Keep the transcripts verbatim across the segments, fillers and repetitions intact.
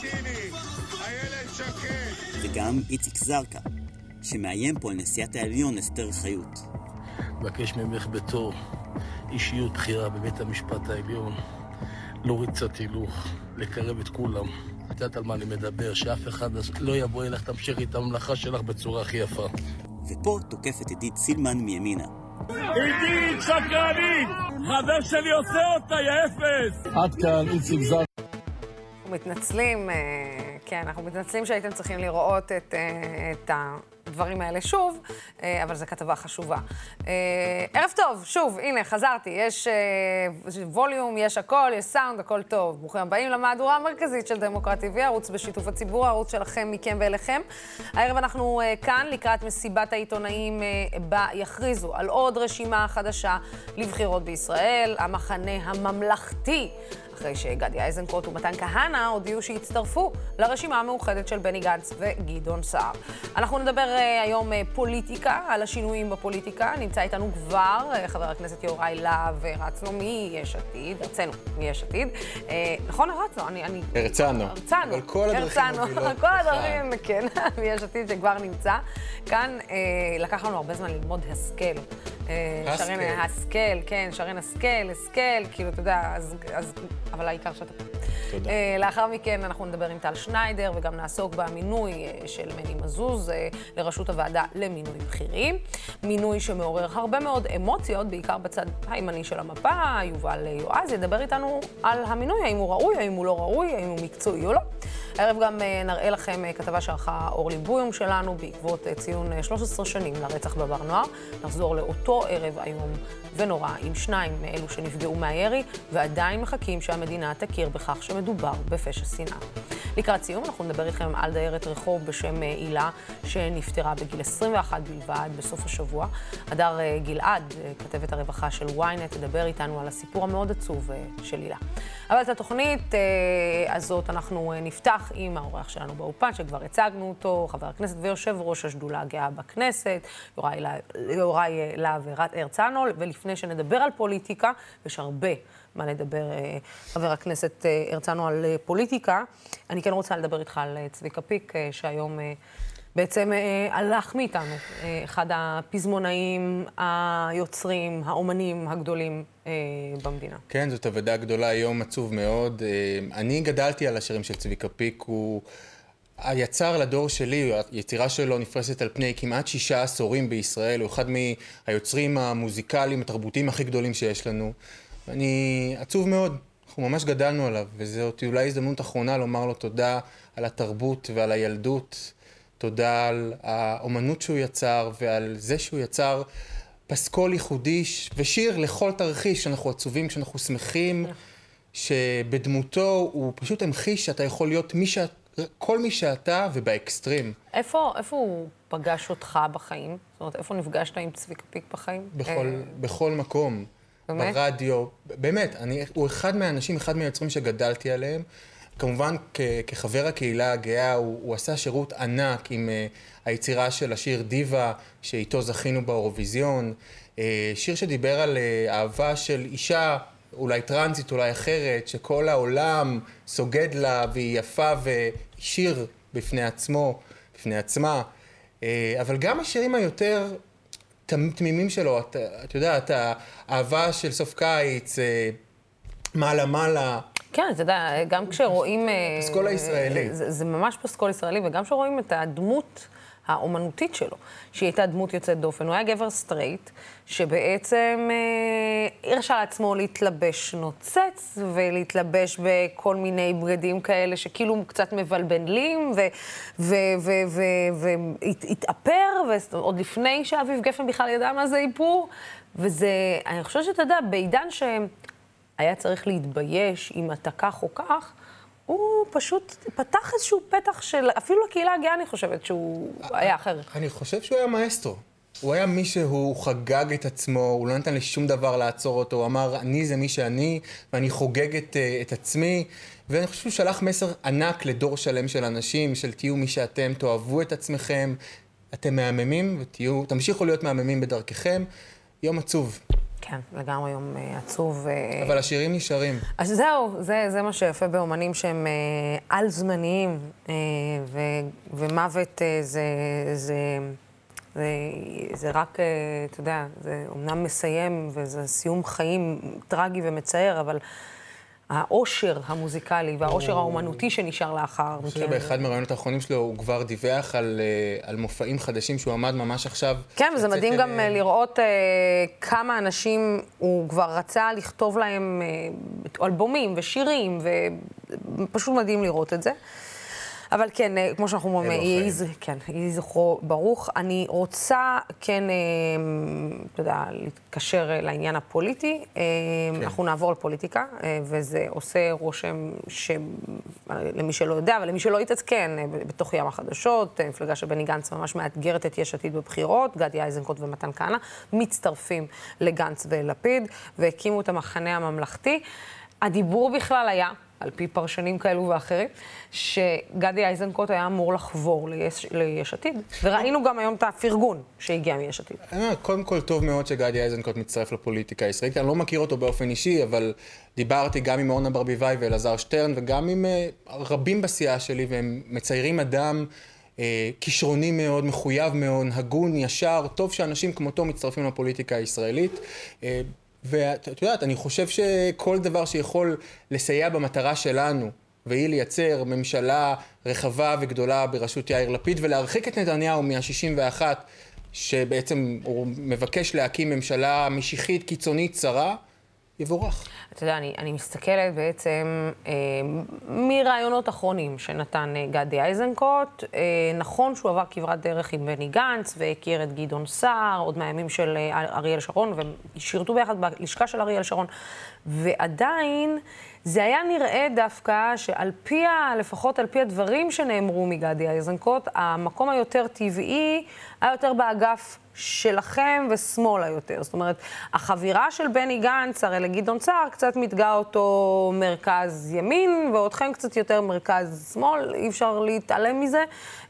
וגם איציק זרקא, שמאיים פה על נשיאת העליון אסתר חיות. מבקש ממך בתור אישיות בחירה בבית המשפט העליון, להוריד קצת הילוך, לקרב את כולם. יודעת על מה אני מדבר, שאף אחד לא יבוא אליך, תמשיך את הממלכה שלך בצורה הכי יפה. ופה תוקפת עידית סילמן מימינה. עידית שקרנית! חבר שלי עושה אותה, יא אפס! עד כאן איציק זרקא. אנחנו מתנצלים, כן, אנחנו מתנצלים שהייתם צריכים לראות את, את הדברים האלה שוב, אבל זו כתבה חשובה. ערב טוב, שוב, הנה, חזרתי, יש ווליום, יש הכל, יש סאונד, הכל טוב. ברוכים הבאים למהדורה המרכזית של דמוקרט טי וי, ערוץ בשיתוף הציבור, הערוץ שלכם, מכם ואליכם. הערב אנחנו כאן לקראת מסיבת העיתונאים בה יכריזו על עוד רשימה חדשה לבחירות בישראל, המחנה הממלכתי. אחרי שגדי איזנקוט ומתן כהנא הודיעו שהצטרפו לרשימה המאוחדת של בני גנץ וגדעון סער. אנחנו נדבר uh, היום uh, פוליטיקה, על השינויים בפוליטיקה. נמצא איתנו כבר uh, חבר הכנסת יוראי להב הרצנו מיש עתיד, הרצנו מיש עתיד. Uh, נכון הרצנו? אני, אני... הרצנו. הרצנו. אבל כל הדרכים מובילות. כל הדרכים, כן, מיש עתיד שכבר נמצא. כאן uh, לקח לנו הרבה זמן ללמוד השכל. שרן השכל, כן, שרן השכל, השכל, כאילו, אתה יודע, אז, אז, אבל העיקר שאתה פה. תודה. לאחר מכן אנחנו נדבר עם טל שניידר, וגם נעסוק במינוי של מני מזוז לראשות הוועדה למינוי בכירים. מינוי שמעורר הרבה מאוד אמוציות, בעיקר בצד הימני של המפה. יובל יועז ידבר איתנו על המינוי, האם הוא ראוי, האם הוא לא ראוי, האם הוא מקצועי או לא. הערב גם נראה לכם כתבה שערכה אורלי בויום שלנו בעקבות ציון שלוש עשרה שנים לרצח בבר נוער. נחזור לאותו ערב היום ונורא עם שניים מאלו שנפגעו מהירי, ועדיין מחכים שהמדינה תכיר בכך שמדובר בפשע שנאה. לקראת סיום אנחנו נדבר איתכם על דיירת רחוב בשם הילה שנפטרה בגיל עשרים ואחת בלבד בסוף השבוע. הדר גלעד, כתבת הרווחה של וויינט, תדבר איתנו על הסיפור המאוד עצוב של הילה. אבל את התוכנית הזאת אנחנו נפתח עם האורח שלנו באופן, שכבר הצגנו אותו, חבר הכנסת ויושב ראש השדולה הגאה בכנסת, יוראי, יוראי להב הרצנו. ולפני שנדבר על פוליטיקה, יש הרבה מה לדבר, חבר הכנסת הרצנו, על פוליטיקה. אני כן רוצה לדבר איתך על צביקה פיק, שהיום בעצם הלך מאיתנו, אחד הפזמונאים, היוצרים, האומנים הגדולים במדינה. כן, זאת עבודה גדולה, יום עצוב מאוד. אני גדלתי על השירים של צביקה פיק, הוא היצר לדור שלי, היצירה שלו נפרסת על פני כמעט שישה עשורים בישראל, הוא אחד מהיוצרים המוזיקליים, התרבותיים הכי גדולים שיש לנו. אני עצוב מאוד, אנחנו ממש גדלנו עליו, וזאת אולי הזדמנות אחרונה לומר לו תודה על התרבות ועל הילדות, תודה על האומנות שהוא יצר ועל זה שהוא יצר פסקול ייחודי ושיר לכל תרחיש, שאנחנו עצובים, כשאנחנו שמחים, שבדמותו הוא פשוט המחיש שאתה יכול להיות מי שאת, כל מי שאתה ובאקסטרים. איפה, איפה הוא פגש אותך בחיים? זאת אומרת, איפה נפגשת עם צביקה פיק בחיים? בכל, בכל מקום. באמת? ברדיו. באמת, אני, הוא אחד מהאנשים, אחד מהיוצרים שגדלתי עליהם. כמובן, כ, כחבר הקהילה הגאה, הוא, הוא עשה שירות ענק עם uh, היצירה של השיר דיבה, שאיתו זכינו באירוויזיון. Uh, שיר שדיבר על uh, אהבה של אישה, אולי טרנסית, אולי אחרת, שכל העולם סוגד לה והיא יפה ושיר בפני עצמו, בפני עצמה. אבל גם השירים היותר תמימים שלו, את, את יודעת, האהבה של סוף קיץ, מעלה מעלה. כן, אתה יודע, גם כשרואים... פסקול הישראלי. זה, זה ממש פסקול ישראלי, וגם כשרואים את הדמות האומנותית שלו, שהיא הייתה דמות יוצאת דופן. הוא היה גבר סטרייט, שבעצם אה, הרשה לעצמו להתלבש נוצץ, ולהתלבש בכל מיני בגדים כאלה, שכאילו קצת מבלבלים, והתאפר, ועוד לפני שאביב גפן בכלל ידע מה זה איפור, וזה, אני חושבת שאתה יודע, בעידן שהיה צריך להתבייש אם אתה כך או כך, הוא פשוט פתח איזשהו פתח של, אפילו לקהילה הגאה אני חושבת שהוא היה אחר. אני חושב שהוא היה מאסטרו. הוא היה מי שהוא חגג את עצמו, הוא לא נתן לשום דבר לעצור אותו, הוא אמר, אני זה מי שאני, ואני חוגג את, את עצמי, ואני חושב שהוא שלח מסר ענק לדור שלם של אנשים, של תהיו מי שאתם, תאהבו את עצמכם, אתם מהממים, ותהיו, תמשיכו להיות מהממים בדרככם. יום עצוב. כן, לגמרי יום עצוב. אבל השירים נשארים. אז זהו, זה, זה מה שיפה באומנים שהם על-זמניים, ו, ומוות זה, זה, זה, זה רק, אתה יודע, זה אומנם מסיים, וזה סיום חיים טרגי ומצער, אבל העושר המוזיקלי והעושר האומנותי שנשאר לאחר. אני חושב שבאחד מהרעיונות האחרונים שלו הוא כבר דיווח על, על מופעים חדשים שהוא עמד ממש עכשיו. כן, וזה מדהים גם לראות כמה אנשים הוא כבר רצה לכתוב להם אלבומים ושירים, ופשוט מדהים לראות את זה. אבל כן, כמו שאנחנו אומרים, יהי זכרו ברוך. אני רוצה, כן, אתה יודע, להתקשר לעניין הפוליטי. אנחנו נעבור לפוליטיקה, וזה עושה רושם למי שלא יודע, אבל למי שלא יתעדכן, בתוך ים החדשות, מפלגה של בני גנץ ממש מאתגרת את יש עתיד בבחירות, גדי איזנקוט ומתן כהנא מצטרפים לגנץ ולפיד, והקימו את המחנה הממלכתי. הדיבור בכלל היה, על פי פרשנים כאלו ואחרים, שגדי איזנקוט היה אמור לחבור ליש, ליש עתיד. וראינו גם היום את הפרגון שהגיע מיש עתיד. קודם כל, טוב מאוד שגדי איזנקוט מצטרף לפוליטיקה הישראלית. אני לא מכיר אותו באופן אישי, אבל דיברתי גם עם אורנה ברביבאי ואלעזר שטרן, וגם עם uh, רבים בסיעה שלי, והם מציירים אדם uh, כישרוני מאוד, מחויב מאוד, הגון, ישר. טוב שאנשים כמותו מצטרפים לפוליטיקה הישראלית. Uh, ואת יודעת, אני חושב שכל דבר שיכול לסייע במטרה שלנו, והיא לייצר ממשלה רחבה וגדולה בראשות יאיר לפיד, ולהרחיק את נתניהו מה-שישים ואחת, שבעצם הוא מבקש להקים ממשלה משיחית, קיצונית, צרה, יבורך. אתה יודע, אני, אני מסתכלת בעצם אה, מרעיונות אחרונים שנתן אה, גדי איזנקוט. אה, נכון שהוא עבר כברת דרך עם בני גנץ והכיר את גדעון סער, עוד מהימים של אה, אריאל שרון, והם שירתו ביחד בלשכה של אריאל שרון. ועדיין זה היה נראה דווקא שעל פי, לפחות על פי הדברים שנאמרו מגדי איזנקוט, המקום היותר טבעי היה יותר באגף שלכם ושמאלה יותר. זאת אומרת, החבירה של בני גנץ, הרי לגדעון סער, קצת מתגע אותו מרכז ימין, ואותכם קצת יותר מרכז שמאל, אי אפשר להתעלם מזה.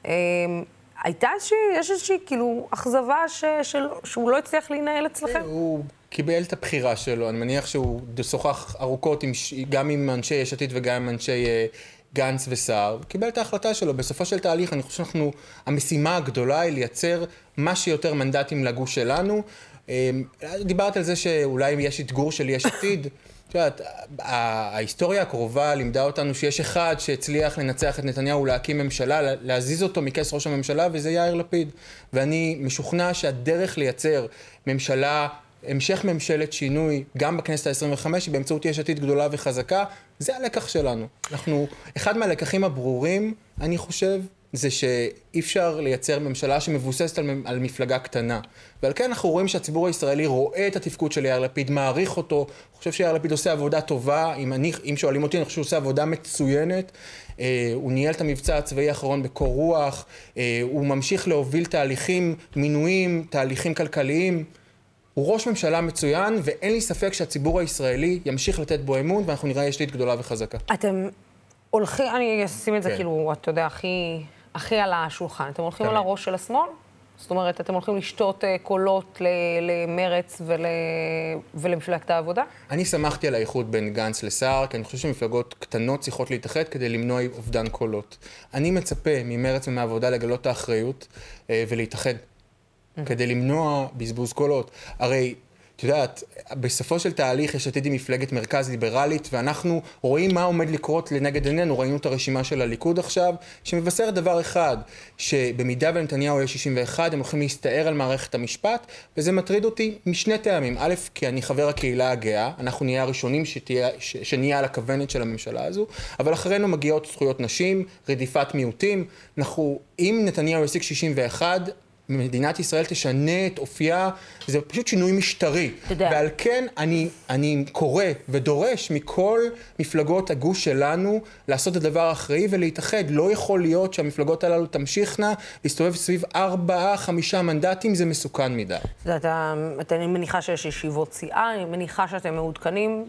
הייתה איזושהי, יש איזושהי כאילו אכזבה ש, של, שהוא לא הצליח להינהל אצלכם? הוא קיבל את הבחירה שלו. אני מניח שהוא שוחח ארוכות עם, גם עם אנשי יש עתיד וגם עם אנשי גנץ וסער. קיבל את ההחלטה שלו. בסופו של תהליך, אני חושב שאנחנו, המשימה הגדולה היא לייצר מה שיותר מנדטים לגוש שלנו. דיברת על זה שאולי יש אתגור של יש עתיד. את יודעת, ההיסטוריה הקרובה לימדה אותנו שיש אחד שהצליח לנצח את נתניהו ולהקים ממשלה, להזיז אותו מכס ראש הממשלה, וזה יאיר לפיד. ואני משוכנע שהדרך לייצר ממשלה, המשך ממשלת שינוי, גם בכנסת ה-עשרים וחמש, באמצעות יש עתיד גדולה וחזקה, זה הלקח שלנו. אנחנו, אחד מהלקחים הברורים, אני חושב, זה שאי אפשר לייצר ממשלה שמבוססת על, על מפלגה קטנה. ועל כן אנחנו רואים שהציבור הישראלי רואה את התפקוד של יאיר לפיד, מעריך אותו, חושב שיאיר לפיד עושה עבודה טובה, אם, אני, אם שואלים אותי, אני חושב שהוא עושה עבודה מצוינת, אה, הוא ניהל את המבצע הצבאי האחרון בקור רוח, אה, הוא ממשיך להוביל תהליכים, מינויים, תהליכים כלכליים, הוא ראש ממשלה מצוין, ואין לי ספק שהציבור הישראלי ימשיך לתת בו אמון, ואנחנו נראה יש עתיד גדולה וחזקה. אתם הולכים, אני אשים את זה כאילו, אתה יודע, הכי... הכי על השולחן. אתם הולכים על הראש של השמאל? זאת אומרת, אתם הולכים לשתות קולות למרץ ולמפלגת העבודה? אני שמחתי על האיחוד בין גנץ לסער, כי אני חושב שמפלגות קטנות צריכות להתאחד כדי למנוע אובדן קולות. אני מצפה ממרץ ומהעבודה לגלות את האחריות ולהתאחד, כדי למנוע בזבוז קולות. הרי, את יודעת, בסופו של תהליך יש עתיד עם מפלגת מרכז ליברלית, ואנחנו רואים מה עומד לקרות לנגד עינינו. ראינו את הרשימה של הליכוד עכשיו, שמבשרת דבר אחד, שבמידה ונתניהו יהיה שישים ואחת, הם הולכים להסתער על מערכת המשפט, וזה מטריד אותי משני טעמים. א', כי אני חבר הקהילה הגאה, אנחנו נהיה הראשונים שתהיה, ש, שנהיה על הכוונת של הממשלה הזו, אבל אחרינו מגיעות זכויות נשים, רדיפת מיעוטים. אנחנו, אם נתניהו ישיג שישים ואחת, מדינת ישראל תשנה את אופייה, זה פשוט שינוי משטרי. תודה. ועל כן אני, אני קורא ודורש מכל מפלגות הגוש שלנו לעשות את הדבר האחראי ולהתאחד. לא יכול להיות שהמפלגות הללו תמשיכנה להסתובב סביב ארבעה, חמישה מנדטים, זה מסוכן מדי. אתה, אני מניחה שיש ישיבות סיעה, אני מניחה שאתם מעודכנים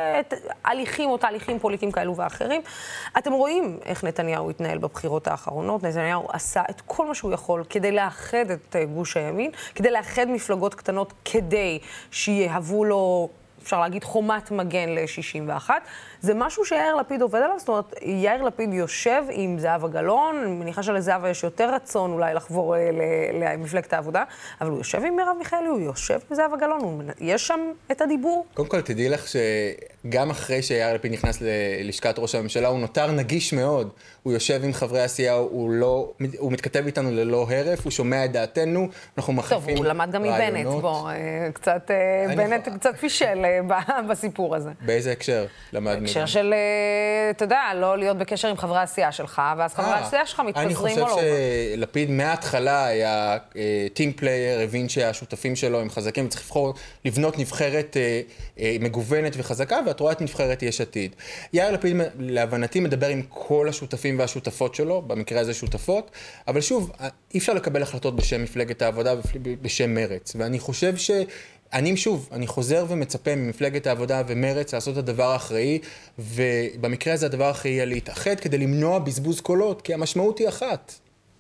בהליכים או תהליכים פוליטיים כאלו ואחרים. אתם רואים איך נתניהו התנהל בבחירות האחרונות. נתניהו עשה את כל מה שהוא יכול כדי לאחד לאחד את גוש הימין, כדי לאחד מפלגות קטנות, כדי שיהוו לו, אפשר להגיד, חומת מגן ל-שישים ואחת. זה משהו שיאיר לפיד עובד עליו, זאת אומרת, יאיר לפיד יושב עם זהבה גלאון, אני מניחה שלזהבה יש יותר רצון אולי לחבור למפלגת העבודה, אבל הוא יושב עם מרב מיכאלי, הוא יושב עם זהבה גלאון, הוא... יש שם את הדיבור. קודם כל, תדעי לך שגם אחרי שיאיר לפיד נכנס ללשכת ראש הממשלה, הוא נותר נגיש מאוד. הוא יושב עם חברי הסיעה, הוא לא, הוא מתכתב איתנו ללא הרף, הוא שומע את דעתנו, אנחנו מחליפים רעיונות. טוב, הוא למד גם מבנט, בוא, קצת, בנט קצת פישל בסיפור הזה. באיזה הקשר למד מבנט? בהקשר של, אתה יודע, לא להיות בקשר עם חברי הסיעה שלך, ואז חברי הסיעה שלך מתפזרים או לא. אני חושב שלפיד מההתחלה היה טים פלייר, הבין שהשותפים שלו הם חזקים, וצריך לבחור לבנות נבחרת מגוונת וחזקה, ואת רואה את נבחרת יש עתיד. יאיר לפיד, להבנתי, מדבר עם כל השותפים והשותפות שלו, במקרה הזה שותפות, אבל שוב, אי אפשר לקבל החלטות בשם מפלגת העבודה ובשם מרץ, ואני חושב ש... אני שוב, אני חוזר ומצפה ממפלגת העבודה ומרץ לעשות את הדבר האחראי, ובמקרה הזה הדבר האחראי יהיה להתאחד כדי למנוע בזבוז קולות, כי המשמעות היא אחת.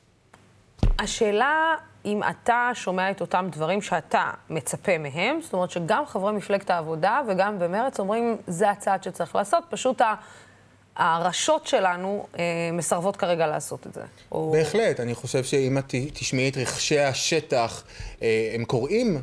השאלה אם אתה שומע את אותם דברים שאתה מצפה מהם, זאת אומרת שגם חברי מפלגת העבודה וגם במרץ אומרים, זה הצעד שצריך לעשות, פשוט ה... הראשות שלנו אה, מסרבות כרגע לעשות את זה. או... בהחלט, אני חושב שאם את תשמעי את רכשי השטח, אה, הם קוראים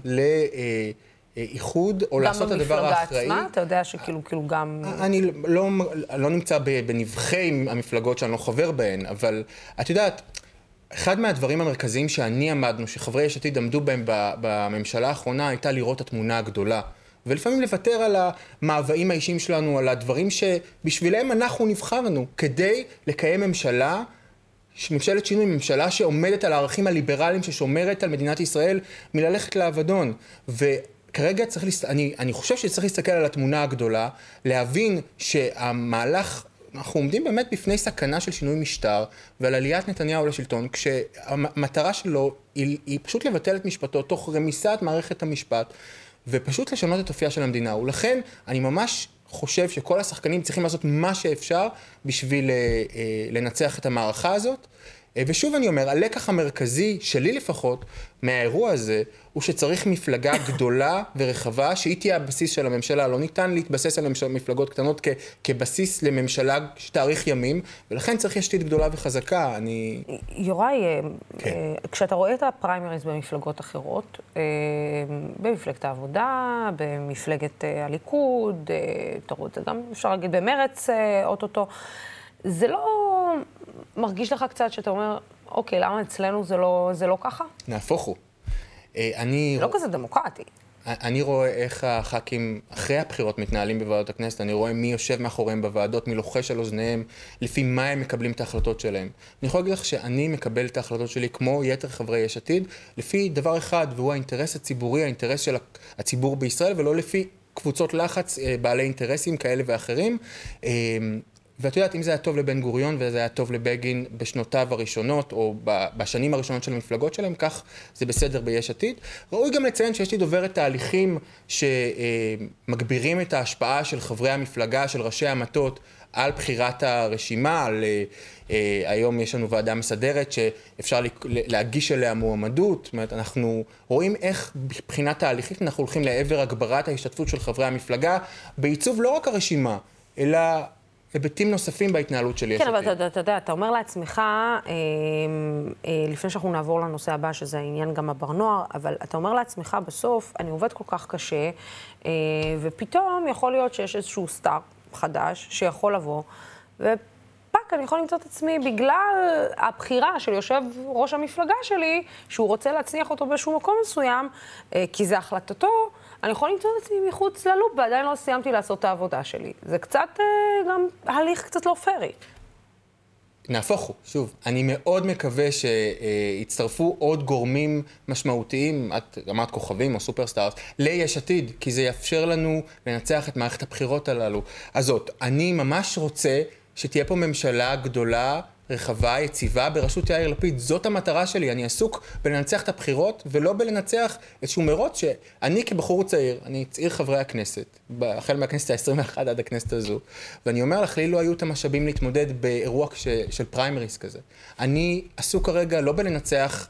לאיחוד או לעשות את הדבר האחראי. גם במפלגה עצמה, אתה יודע שכאילו כאילו גם... אני לא, לא נמצא בנבחי המפלגות שאני לא חבר בהן, אבל את יודעת, אחד מהדברים המרכזיים שאני עמדנו, שחברי יש עתיד עמדו בהם בממשלה האחרונה, הייתה לראות את התמונה הגדולה. ולפעמים לוותר על המאוויים האישיים שלנו, על הדברים שבשבילם אנחנו נבחרנו, כדי לקיים ממשלה, ממשלת שינוי, ממשלה שעומדת על הערכים הליברליים, ששומרת על מדינת ישראל מללכת לאבדון. וכרגע צריך, להסת... אני, אני חושב שצריך להסתכל על התמונה הגדולה, להבין שהמהלך, אנחנו עומדים באמת בפני סכנה של שינוי משטר, ועל עליית נתניהו לשלטון, כשהמטרה שלו היא, היא פשוט לבטל את משפטו, תוך רמיסת מערכת המשפט, ופשוט לשנות את אופייה של המדינה. ולכן אני ממש חושב שכל השחקנים צריכים לעשות מה שאפשר בשביל לנצח את המערכה הזאת. ושוב אני אומר, הלקח המרכזי שלי לפחות מהאירוע הזה, הוא שצריך מפלגה גדולה ורחבה, שהיא תהיה הבסיס של הממשלה. לא ניתן להתבסס על מפלגות קטנות כ- כבסיס לממשלה שתאריך ימים, ולכן צריך יש עתיד גדולה וחזקה. אני... יוראי, כן. כשאתה רואה את הפריימריז במפלגות אחרות, במפלגת העבודה, במפלגת הליכוד, אתה רואה את זה גם, אפשר להגיד, במרץ, אוטוטו, זה לא מרגיש לך קצת שאתה אומר, אוקיי, למה אצלנו זה לא, זה לא ככה? נהפוך הוא. אני... לא כזה דמוקרטי. אני רואה איך הח"כים אחרי הבחירות מתנהלים בוועדות הכנסת, אני רואה מי יושב מאחוריהם בוועדות, מי לוחש על אוזניהם, לפי מה הם מקבלים את ההחלטות שלהם. אני יכול להגיד לך שאני מקבל את ההחלטות שלי כמו יתר חברי יש עתיד, לפי דבר אחד, והוא האינטרס הציבורי, האינטרס של הציבור בישראל, ולא לפי קבוצות לחץ, בעלי אינטרסים כאלה ואחרים. ואת יודעת, אם זה היה טוב לבן גוריון וזה היה טוב לבגין בשנותיו הראשונות או בשנים הראשונות של המפלגות שלהם, כך זה בסדר ביש עתיד. ראוי גם לציין שיש לי דוברת תהליכים שמגבירים את ההשפעה של חברי המפלגה, של ראשי המטות, על בחירת הרשימה, על, היום יש לנו ועדה מסדרת שאפשר להגיש אליה מועמדות. זאת אומרת, אנחנו רואים איך בבחינת תהליכית אנחנו הולכים לעבר הגברת ההשתתפות של חברי המפלגה, בעיצוב לא רק הרשימה, אלא היבטים נוספים בהתנהלות של יש עתיד. כן, אבל אתה יודע, אתה אומר לעצמך, לפני שאנחנו נעבור לנושא הבא, שזה העניין גם הבר נוער, אבל אתה אומר לעצמך בסוף, אני עובד כל כך קשה, ופתאום יכול להיות שיש איזשהו סטאר חדש שיכול לבוא, ופאק, אני יכול למצוא את עצמי בגלל הבחירה של יושב ראש המפלגה שלי, שהוא רוצה להצניח אותו באיזשהו מקום מסוים, כי זה החלטתו, אני יכול למצוא את עצמי מחוץ ללופ, ועדיין לא סיימתי לעשות את העבודה שלי. זה קצת, גם הליך קצת לא פרי. נהפוך הוא, שוב, אני מאוד מקווה שיצטרפו עוד גורמים משמעותיים, את רמת כוכבים או סופרסטארס, ליש עתיד, כי זה יאפשר לנו לנצח את מערכת הבחירות הללו. אז זאת, אני ממש רוצה שתהיה פה ממשלה גדולה, רחבה, יציבה, בראשות יאיר לפיד. זאת המטרה שלי. אני עסוק בלנצח את הבחירות, ולא בלנצח איזשהו מרוץ שאני כבחור צעיר, אני צעיר חברי הכנסת, החל מהכנסת ה-עשרים ואחת עד הכנסת הזו, ואני אומר לך, לי לא היו את המשאבים להתמודד באירוע של פריימריס כזה. אני עסוק כרגע לא בלנצח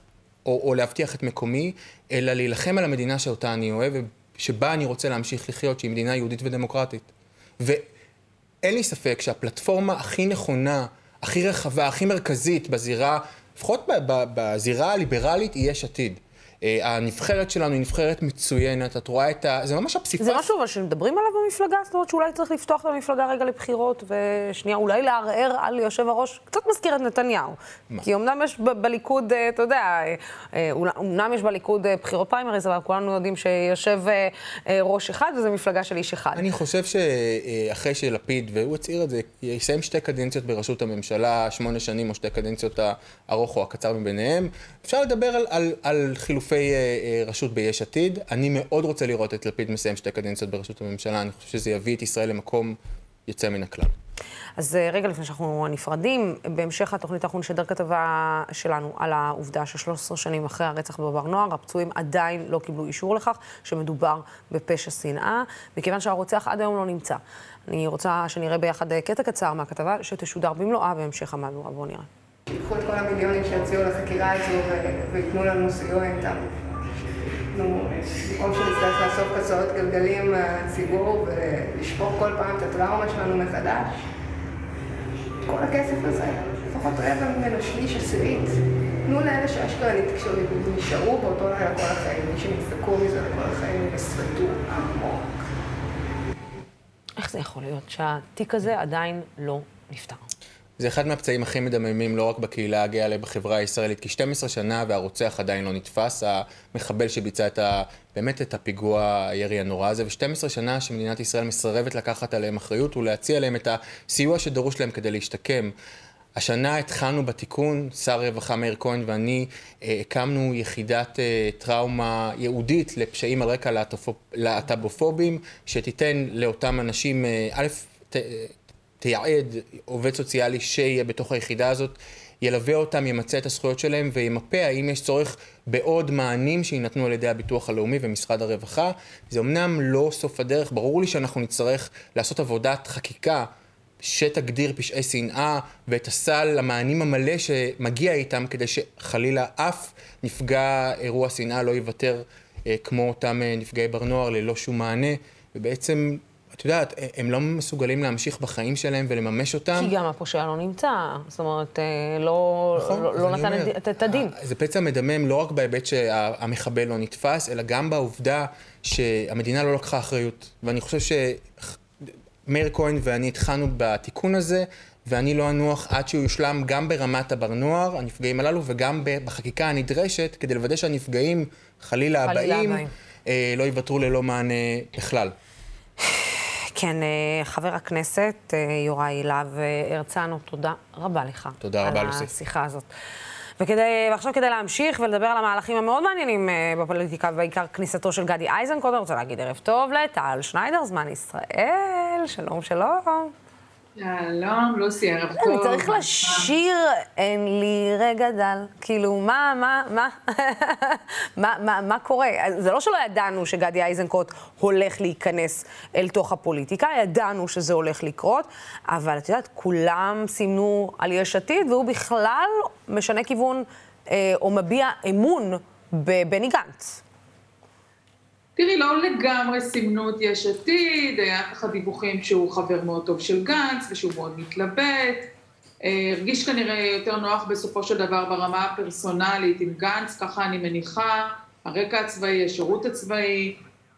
או, או להבטיח את מקומי, אלא להילחם על המדינה שאותה אני אוהב, שבה אני רוצה להמשיך לחיות, שהיא מדינה יהודית ודמוקרטית. ואין לי ספק שהפלטפורמה הכי נכונה, הכי רחבה, הכי מרכזית בזירה, לפחות בזירה הליברלית, היא יש עתיד. הנבחרת שלנו היא נבחרת מצוינת, את רואה את ה... זה ממש הפסיפס. זה משהו אבל שמדברים עליו במפלגה, זאת אומרת שאולי צריך לפתוח את המפלגה רגע לבחירות, ושנייה, אולי לערער על יושב הראש, קצת מזכיר את נתניהו. מה? כי אמנם יש ב- בליכוד, אתה יודע, אמנם יש בליכוד בחירות פריימריז, אבל כולנו יודעים שיושב ראש אחד, וזו מפלגה של איש אחד. אני חושב שאחרי שלפיד, והוא הצעיר את זה, יסיים שתי קדנציות בראשות הממשלה, שמונה שנים או שתי קדנציות הארוך או הקצר מביניהם, אפשר לדבר על, על, על חילופי רשות ביש עתיד. אני מאוד רוצה לראות את לפיד מסיים שתי קדנציות בראשות הממשלה. אני חושב שזה יביא את ישראל למקום יוצא מן הכלל. אז רגע לפני שאנחנו נפרדים, בהמשך התוכנית אנחנו נשדר כתבה שלנו על העובדה ש-שלוש עשרה שנים אחרי הרצח בבר נוער, הפצועים עדיין לא קיבלו אישור לכך שמדובר בפשע שנאה, מכיוון שהרוצח עד היום לא נמצא. אני רוצה שנראה ביחד קטע קצר מהכתבה שתשודר במלואה בהמשך המהדורה. בואו נראה. תיקחו את כל המיליונים שהציעו לחקירה הזו ויתנו לנו סיוע איתם. אנחנו, במקום שנצטרך לאסוף כסאות גלגלים מהציבור ולשפוך כל פעם את הטראומה שלנו מחדש, את כל הכסף הזה, לפחות רבע ממנו, שליש, עשירית, תנו לאלה שאשכרה נשארו באותו לילה כל החיים, מי שנצטקו מזה לכל החיים ושרדו עמוק. איך זה יכול להיות שהתיק הזה עדיין לא נפתר? זה אחד מהפצעים הכי מדממים, לא רק בקהילה הגאה, אלא בחברה הישראלית, כי שתים עשרה שנה והרוצח עדיין לא נתפס, המחבל שביצע את ה, באמת את הפיגוע הירי הנורא הזה, ו-שתים עשרה שנה שמדינת ישראל מסרבת לקחת עליהם אחריות ולהציע להם את הסיוע שדרוש להם כדי להשתקם. השנה התחלנו בתיקון, שר רווחה מאיר כהן ואני הקמנו יחידת טראומה יהודית לפשעים על רקע להט"בופובים, שתיתן לאותם אנשים, א', תייעד עובד סוציאלי שיהיה בתוך היחידה הזאת, ילווה אותם, ימצא את הזכויות שלהם וימפה האם יש צורך בעוד מענים שיינתנו על ידי הביטוח הלאומי ומשרד הרווחה. זה אמנם לא סוף הדרך, ברור לי שאנחנו נצטרך לעשות עבודת חקיקה שתגדיר פשעי שנאה ואת הסל המענים המלא שמגיע איתם, כדי שחלילה אף נפגע אירוע שנאה לא יוותר אה, כמו אותם אה, נפגעי בר נוער ללא שום מענה, ובעצם את יודעת, הם לא מסוגלים להמשיך בחיים שלהם ולממש אותם. כי גם הפושע לא נמצא, זאת אומרת, לא, נכון, לא, לא נתן אומר, את הדין. זה פצע מדמם לא רק בהיבט שהמחבל לא נתפס, אלא גם בעובדה שהמדינה לא לקחה אחריות. ואני חושב שמאיר כהן ואני התחלנו בתיקון הזה, ואני לא אנוח עד שהוא יושלם גם ברמת הבר נוער, הנפגעים הללו, וגם בחקיקה הנדרשת, כדי לוודא שהנפגעים, חלילה הבאים, אה, לא יוותרו ללא מענה בכלל. כן, חבר הכנסת יוראי להב הרצנו, תודה רבה לך. תודה רבה, לוסי. על השיחה הזאת. וכדי, ועכשיו כדי להמשיך ולדבר על המהלכים המאוד מעניינים בפוליטיקה, ובעיקר כניסתו של גדי איזנקוט, אני רוצה להגיד ערב טוב לטל שניידר, זמן ישראל. שלום, שלום. שלום, לוסי, ערב טוב. אני צריך לשיר, אין לי רגע דל. כאילו, מה, מה, מה, מה, מה, מה קורה? זה לא שלא ידענו שגדי איזנקוט הולך להיכנס אל תוך הפוליטיקה, ידענו שזה הולך לקרות, אבל את יודעת, כולם סימנו על יש עתיד, והוא בכלל משנה כיוון, או מביע אמון בבני גנץ. תראי, לא לגמרי סימנו את יש עתיד, היה ככה דיווחים שהוא חבר מאוד טוב של גנץ, ושהוא מאוד מתלבט. הרגיש כנראה יותר נוח בסופו של דבר ברמה הפרסונלית עם גנץ, ככה אני מניחה, הרקע הצבאי, השירות הצבאי.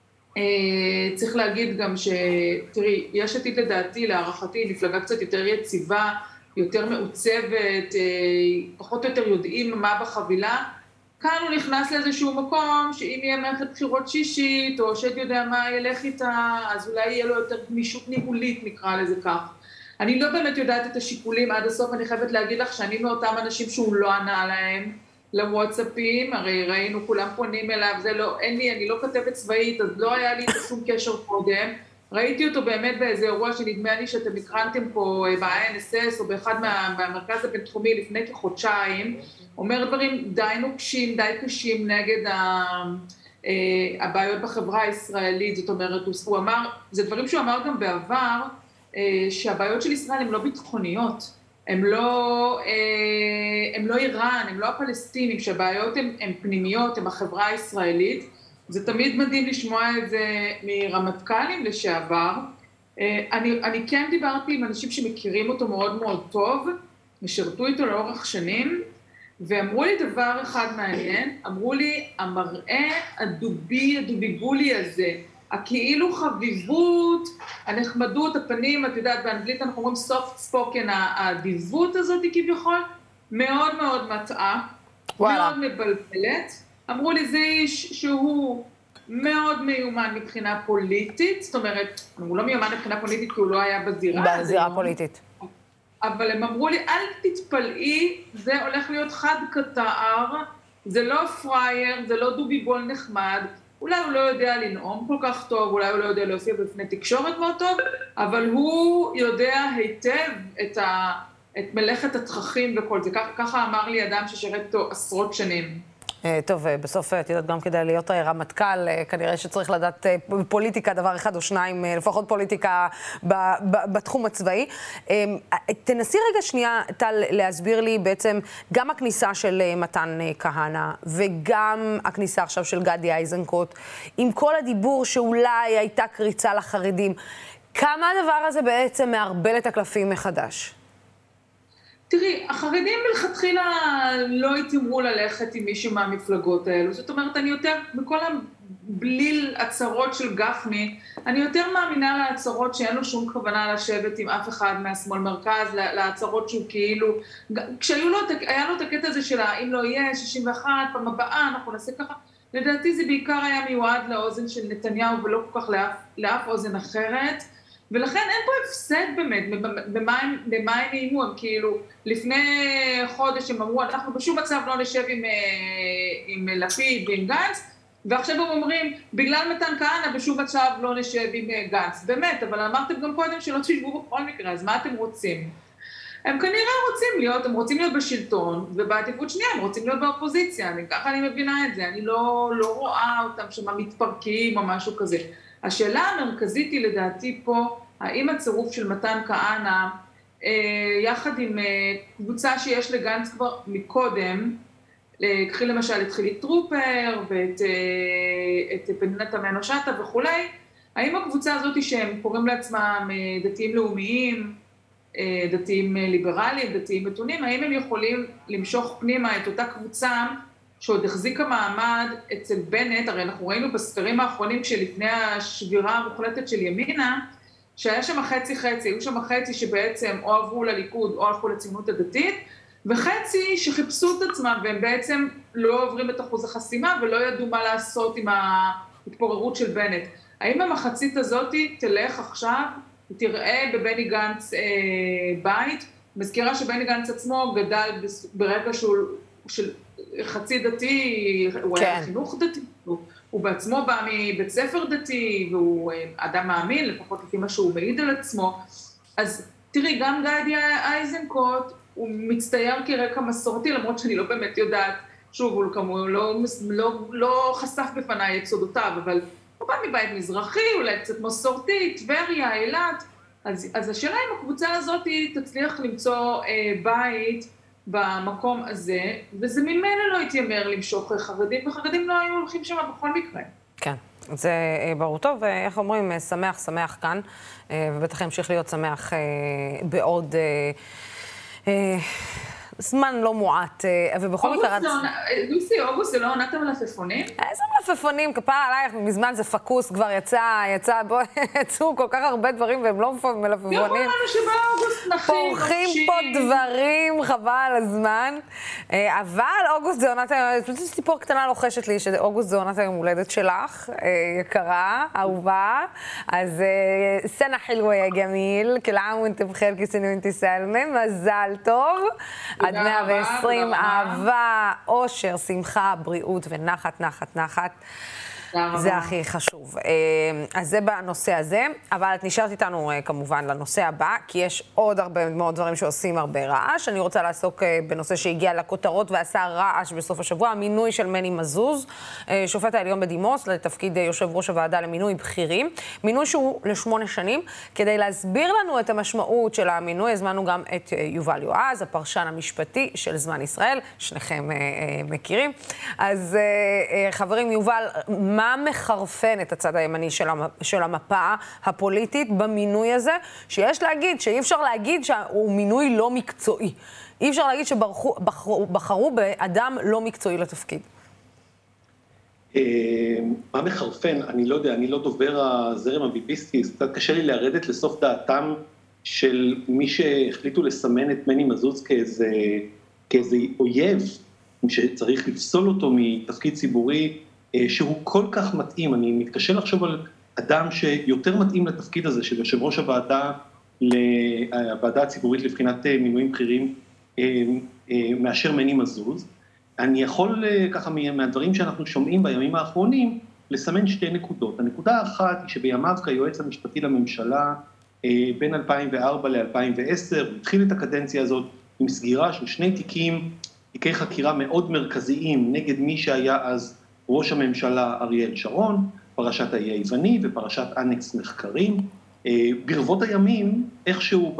צריך להגיד גם ש... תראי, יש עתיד לדעתי, להערכתי, מפלגה קצת יותר יציבה, יותר מעוצבת, פחות או יותר יודעים מה בחבילה. כאן הוא נכנס לאיזשהו מקום, שאם יהיה מערכת בחירות שישית, או שאת יודע מה ילך איתה, אז אולי יהיה לו יותר גמישות ניהולית, נקרא לזה כך. אני לא באמת יודעת את השיקולים עד הסוף, אני חייבת להגיד לך שאני מאותם אנשים שהוא לא ענה להם, לוואטסאפים, הרי ראינו, כולם פונים אליו, זה לא, אין לי, אני לא כתבת צבאית, אז לא היה לי שום קשר קודם. ראיתי אותו באמת באיזה אירוע שנדמה לי שאתם הקרנתם פה ב-איי אן אס אס, או באחד מה, במרכז הבינתחומי לפני כחודשיים, אומר דברים די נוקשים, די קשים נגד ה, הבעיות בחברה הישראלית, זאת אומרת, הוא אמר, זה דברים שהוא אמר גם בעבר, שהבעיות של ישראל הן לא ביטחוניות, הם לא, הם לא איראן, הם לא הפלסטינים, שהבעיות הן, הן פנימיות, הן החברה הישראלית. זה תמיד מדהים לשמוע את זה מרמטכ"לים לשעבר. אני, אני כן דיברתי עם אנשים שמכירים אותו מאוד מאוד טוב, משרתו איתו לאורך שנים, ואמרו לי דבר אחד מעניין, אמרו לי, המראה הדובי, הדוביבולי הזה, הכאילו חביבות, הנחמדות, הפנים, את יודעת, באנגלית אנחנו אומרים soft spoken, האדיבות הזאת כביכול, מאוד מאוד מטעה, מאוד מבלבלת. אמרו לי, זה איש שהוא מאוד מיומן מבחינה פוליטית, זאת אומרת, הוא לא מיומן מבחינה פוליטית כי הוא לא היה בזירה. בזירה פוליטית. אבל הם אמרו לי, אל תתפלאי, זה הולך להיות חד קטער, זה לא פרייר, זה לא דוביבול נחמד, אולי הוא לא יודע לנאום כל כך טוב, אולי הוא לא יודע להופיע בפני תקשורת מאוד טוב, אבל הוא יודע היטב את, ה, את מלאכת התככים וכל זה. כך, ככה אמר לי אדם ששירת אותו עשרות שנים. טוב, בסוף, את יודעת, גם כדי להיות רמטכ"ל, כנראה שצריך לדעת פוליטיקה, דבר אחד או שניים, לפחות פוליטיקה בתחום הצבאי. תנסי רגע שנייה, טל, להסביר לי בעצם גם הכניסה של מתן כהנא, וגם הכניסה עכשיו של גדי איזנקוט, עם כל הדיבור שאולי הייתה קריצה לחרדים. כמה הדבר הזה בעצם מערבל את הקלפים מחדש? תראי, החרדים מלכתחילה לא התיימרו ללכת עם מישהו מהמפלגות האלו. זאת אומרת, אני יותר, בכל הבליל הצהרות של גפני, אני יותר מאמינה להצהרות שאין לו שום כוונה לשבת עם אף אחד מהשמאל מרכז, להצהרות שהוא כאילו, כשהיו לו, היה לו את הקטע הזה של אם לא יהיה, שישים ואחת, פעם הבאה, אנחנו נעשה ככה, לדעתי זה בעיקר היה מיועד לאוזן של נתניהו ולא כל כך לאף, לאף אוזן אחרת, ולכן אין פה הפסד באמת, במה הם, במה הם איימו, הם כאילו, לפני חודש הם אמרו, אנחנו בשום מצב לא נשב עם, עם לפיד ועם גנץ, ועכשיו הם אומרים, בגלל מתן כהנא בשום מצב לא נשב עם גנץ. באמת, אבל אמרתם גם קודם שלא תשבו בכל מקרה, אז מה אתם רוצים? הם כנראה רוצים להיות, הם רוצים להיות בשלטון, ובעדיפות שנייה הם רוצים להיות באופוזיציה, אני, ככה אני מבינה את זה, אני לא, לא רואה אותם שמה מתפרקים או משהו כזה. השאלה המרכזית היא לדעתי פה, האם הצירוף של מתן כהנא, אה, יחד עם אה, קבוצה שיש לגנץ כבר מקודם, קחי למשל את חילי טרופר ואת אה, את פנינה תמנו שטה וכולי, האם הקבוצה הזאת שהם קוראים לעצמם אה, דתיים לאומיים, אה, דתיים ליברליים, דתיים מתונים, האם הם יכולים למשוך פנימה את אותה קבוצה, שעוד החזיקה מעמד אצל בנט, הרי אנחנו ראינו בסקרים האחרונים כשלפני השבירה המוחלטת של ימינה, שהיה שם חצי חצי, היו שם חצי שבעצם או עברו לליכוד או הלכו לציונות הדתית, וחצי שחיפשו את עצמם והם בעצם לא עוברים את אחוז החסימה ולא ידעו מה לעשות עם ההתפוררות של בנט. האם המחצית הזאת תלך עכשיו ותראה בבני גנץ אה, בית? מזכירה שבני גנץ עצמו גדל ברקע שהוא, של חצי דתי, הוא היה חינוך דתי, הוא, הוא בעצמו בא מבית ספר דתי, והוא אדם מאמין, לפחות לפי מה שהוא מעיד על עצמו. אז תראי, גם גדי איזנקוט, הוא מצטייר כרקע מסורתי, למרות שאני לא באמת יודעת, שוב, הוא כמובן לא, לא, לא חשף בפניי את סודותיו, אבל הוא בא מבית מזרחי, אולי קצת מסורתי, טבריה, אילת, אז, אז השאלה אם הקבוצה הזאת תצליח למצוא אה, בית, במקום הזה, וזה ממנו לא התיימר למשוך חרדים, וחרדים לא היו הולכים שם בכל מקרה. כן, זה ברור טוב, ואיך אומרים, שמח, שמח כאן, ובטח ימשיך להיות שמח בעוד זמן לא מועט, ובכל מקרה... לוסי, אוגוסט זה לא עונת המלפפונים? איזה מלפפונים, כפרה עלייך, מזמן זה פקוס, כבר יצא, יצא, בוא, יצאו כל כך הרבה דברים, והם לא מלפפונים. יום אמרנו שבאוגוסט נחים, פורחים פה דברים, חבל על הזמן, אבל אוגוסט זה עונת היום, פשוט סיפור קטנה לוחשת לי, שאוגוסט זה עונת היום הולדת שלך, יקרה, אהובה, אז סנה חילווה יא גמיל, כל עام ואנתם בחיר, כיסינו ואנתי סלמה, מזל טוב. עד מאה ועשרים, אהבה, אושר, שמחה, בריאות ונחת, נחת, נחת. זה הכי חשוב. אז זה בנושא הזה, אבל את נשארת איתנו כמובן לנושא הבא, כי יש עוד הרבה מאוד דברים שעושים הרבה רעש. אני רוצה לעסוק בנושא שהגיע לכותרות ועשה רעש בסוף השבוע, המינוי של מני מזוז, שופט העליון בדימוס, לתפקיד יושב ראש הוועדה למינוי בכירים. מינוי שהוא לשמונה שנים. כדי להסביר לנו את המשמעות של המינוי, הזמנו גם את יובל יועז, הפרשן המשפטי של זמן ישראל, שניכם מכירים. אז חברים, יובל, מה מחרפן את הצד הימני של, המ, של המפה הפוליטית במינוי הזה, שיש להגיד, שאי אפשר להגיד שהוא מינוי לא מקצועי. אי אפשר להגיד שבחרו באדם לא מקצועי לתפקיד. מה מחרפן? אני לא יודע, אני לא דובר הזרם הביביסטי, אז קצת קשה לי לרדת לסוף דעתם של מי שהחליטו לסמן את מני מזוז כאיזה, כאיזה אויב, שצריך לפסול אותו מתפקיד ציבורי, שהוא כל כך מתאים. אני מתקשה לחשוב על אדם שיותר מתאים לתפקיד הזה, של יושב ראש הוועדה, הוועדה הציבורית לבחינת מינויים בכירים, מאשר מני מזוז. אני יכול ככה מהדברים שאנחנו שומעים בימים האחרונים, לסמן שתי נקודות. הנקודה האחת היא שבימיו כיועץ המשפטי לממשלה, בין אלפיים וארבע ל-אלפיים ועשר, הוא התחיל את הקדנציה הזאת עם סגירה של שני תיקים, תיקי חקירה מאוד מרכזיים נגד מי שהיה אז ראש הממשלה אריאל שרון, פרשת האי היווני ופרשת אנקס מחקרים. ברבות הימים, איכשהו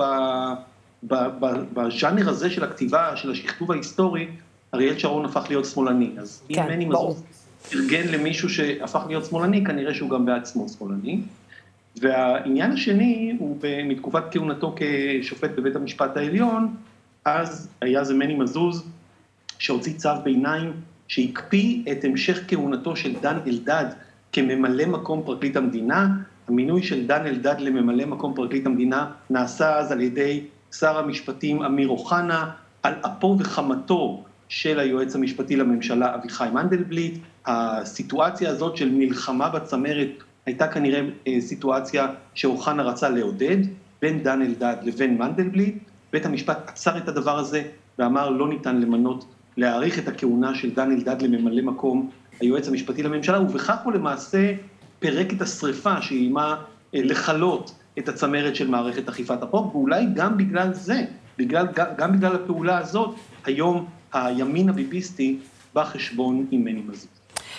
בז'אנר הזה של הכתיבה, של השכתוב ההיסטורי, אריאל שרון הפך להיות שמאלני. אז אם מני מזוז ארגן למישהו שהפך להיות שמאלני, כנראה שהוא גם בעצמו שמאלני. והעניין השני הוא מתקופת כהונתו כשופט בבית המשפט העליון, אז היה זה מני מזוז שהוציא צו ביניים שהקפיא את המשך כהונתו של דן אלדד כממלא מקום פרקליט המדינה. המינוי של דן אלדד לממלא מקום פרקליט המדינה נעשה אז על ידי שר המשפטים אמיר אוחנה, על אפו וחמתו של היועץ המשפטי לממשלה אביחי מנדלבליט. הסיטואציה הזאת של מלחמה בצמרת הייתה כנראה סיטואציה שאוחנה רצה לעודד, בין דן אלדד לבין מנדלבליט. בית המשפט עצר את הדבר הזה ואמר לא ניתן למנות, להאריך את הכהונה של דן אלדד לממלא מקום היועץ המשפטי לממשלה, ובכך הוא למעשה פרק את השריפה שאיימה לחלות את הצמרת של מערכת אכיפת החוק, ואולי גם בגלל זה, בגלל, גם בגלל הפעולה הזאת, היום הימין הביביסטי בחשבון עם מני מזוז.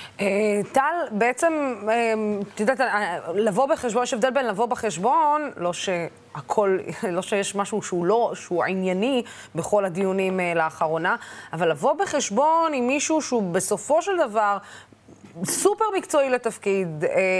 טל, בעצם, את יודעת, לבוא בחשבון, יש הבדל בין לבוא בחשבון, לא שהכל, לא שיש משהו שהוא לא, שהוא ענייני בכל הדיונים לאחרונה, אבל לבוא בחשבון עם מישהו שהוא בסופו של דבר סופר מקצועי לתפקיד,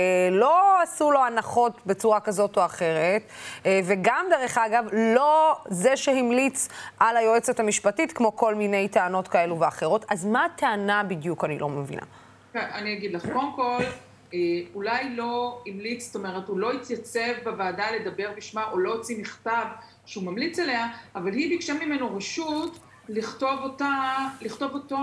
לא עשו לו הנחות בצורה כזאת או אחרת, וגם דרך אגב, לא זה שהמליץ על היועצת המשפטית, כמו כל מיני טענות כאלו ואחרות. אז מה הטענה בדיוק? אני לא מבינה. אני אגיד לך, קודם כל, אולי לא המליץ, זאת אומרת, הוא לא התייצב בוועדה לדבר בשמה, או לא הוציא מכתב שהוא ממליץ עליה, אבל היא ביקשה ממנו רשות לכתוב אותה, לכתוב אותו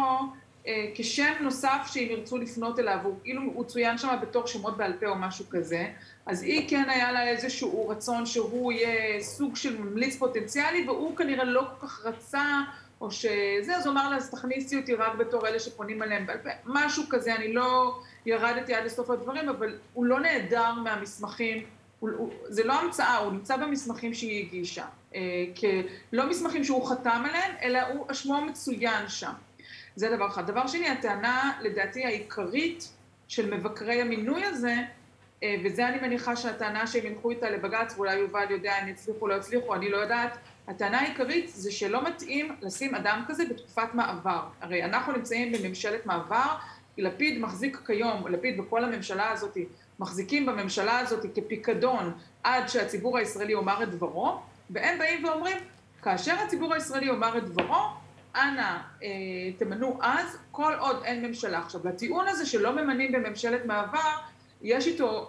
כשם נוסף שהם ירצו לפנות אליו, כאילו הוא צוין שם בתור שמות בעל פה או משהו כזה, אז היא כן היה לה איזשהו רצון שהוא יהיה סוג של ממליץ פוטנציאלי, והוא כנראה לא כל כך רצה, או שזה, אז הוא אמר לה, אז תכניסי אותי רק בתור אלה שפונים עליהם בעל פה, משהו כזה, אני לא ירדתי עד לסוף הדברים, אבל הוא לא נהדר מהמסמכים, הוא, הוא, זה לא המצאה, הוא נמצא במסמכים שהיא הגישה, אה, לא מסמכים שהוא חתם עליהם, אלא הוא, השמו מצוין שם. זה דבר אחד. דבר שני, הטענה, לדעתי, העיקרית של מבקרי המינוי הזה, וזה אני מניחה שהטענה שהם ילכו איתה לבג"ץ, ואולי יובל יודע אם יצליחו או לא יצליחו, אני לא יודעת, הטענה העיקרית זה שלא מתאים לשים אדם כזה בתקופת מעבר. הרי אנחנו נמצאים בממשלת מעבר, לפיד מחזיק כיום, לפיד וכל הממשלה הזאת, מחזיקים בממשלה הזאת כפיקדון עד שהציבור הישראלי אומר את דברו, והם באים ואומרים, כאשר הציבור הישראלי אומר את דברו, אנא, תמנו אז, כל עוד אין ממשלה. עכשיו, לטיעון הזה שלא ממנים בממשלת מעבר, יש איתו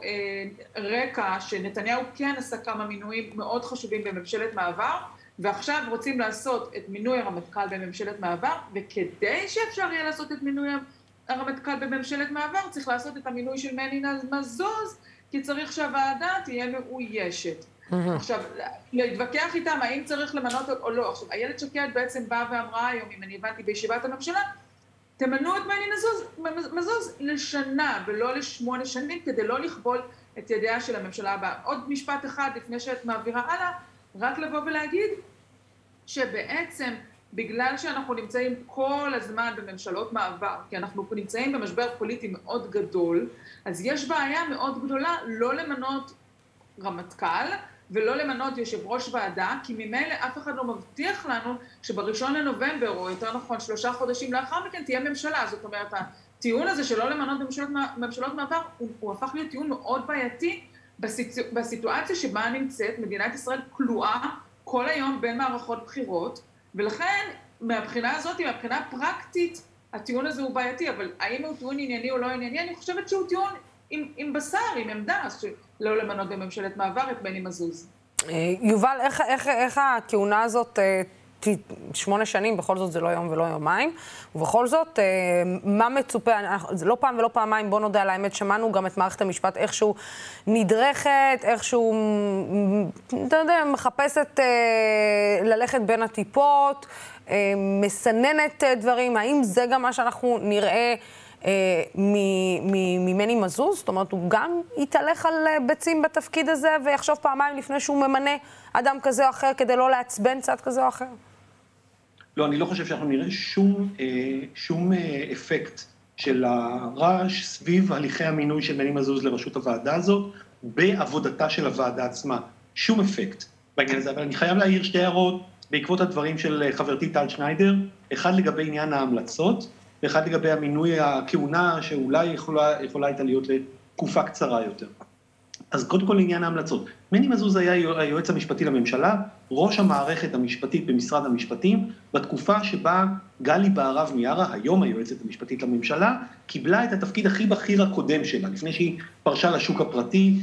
רקע שנתניהו כן עשה כמה מינויים מאוד חשובים בממשלת מעבר, ועכשיו רוצים לעשות את מינוי הרמטכ"ל בממשלת מעבר, וכדי שאפשר יהיה לעשות את מינוי הרמטכ"ל בממשלת מעבר, צריך לעשות את המינוי של מני מזוז, כי צריך שהוועדה תהיה מאוישת. עכשיו, להתווכח איתם, האם צריך למנות או לא. עכשיו, איילת שקד בעצם באה ואמרה היום, אם אני הבנתי בישיבת הממשלה, תמנו את מני מזוז, מזוז לשנה ולא לשמונה שנים, כדי לא לכבול את ידיה של הממשלה הבאה. עוד משפט אחד לפני שאת מעבירה הלאה, רק לבוא ולהגיד שבעצם בגלל שאנחנו נמצאים כל הזמן בממשלות מעבר, כי אנחנו נמצאים במשבר פוליטי מאוד גדול, אז יש בעיה מאוד גדולה לא למנות רמטכ"ל, ולא למנות יושב ראש ועדה, כי ממילא אף אחד לא מבטיח לנו שבראשון לנובמבר, או יותר נכון שלושה חודשים לאחר מכן, תהיה ממשלה. זאת אומרת, הטיעון הזה שלא למנות בממשלות, בממשלות מעבר, הוא, הוא הפך להיות טיעון מאוד בעייתי בסיטואציה, בסיטואציה שבה נמצאת מדינת ישראל כלואה כל היום בין מערכות בחירות, ולכן מהבחינה הזאת, מהבחינה הפרקטית, הטיעון הזה הוא בעייתי, אבל האם הוא טיעון ענייני או לא ענייני, אני חושבת שהוא טיעון עם, עם בשר, עם עמדה, שלא למנות בממשלת מעבר את מני מזוז. יובל, איך, איך, איך הכהונה הזאת, שמונה שנים, בכל זאת זה לא יום ולא יומיים, ובכל זאת, מה מצופה, זה לא פעם ולא פעמיים, בוא נודע על האמת, שמענו גם את מערכת המשפט איכשהו נדרכת, איכשהו, אתה יודע, מחפשת ללכת בין הטיפות, מסננת דברים, האם זה גם מה שאנחנו נראה ממני מזוז? זאת אומרת, הוא גם יתהלך על ביצים בתפקיד הזה ויחשוב פעמיים לפני שהוא ממנה אדם כזה או אחר כדי לא לעצבן צד כזה או אחר? לא, אני לא חושב שאנחנו נראה שום, שום אפקט של הרעש סביב הליכי המינוי של מני מזוז לראשות הוועדה הזאת בעבודתה של הוועדה עצמה. שום אפקט בעניין הזה, אבל אני חייב להעיר שתי הערות בעקבות הדברים של חברתי טל שניידר, אחד לגבי עניין ההמלצות, ואחד לגבי המינוי הכהונה שאולי יכולה, יכולה הייתה להיות לתקופה קצרה יותר. אז קודם כל לעניין ההמלצות. מני מזוז היה היועץ המשפטי לממשלה, ראש המערכת המשפטית במשרד המשפטים, בתקופה שבה גלי בהרב מיארה, היום היועצת המשפטית לממשלה, קיבלה את התפקיד הכי בכיר הקודם שלה, לפני שהיא פרשה לשוק הפרטי,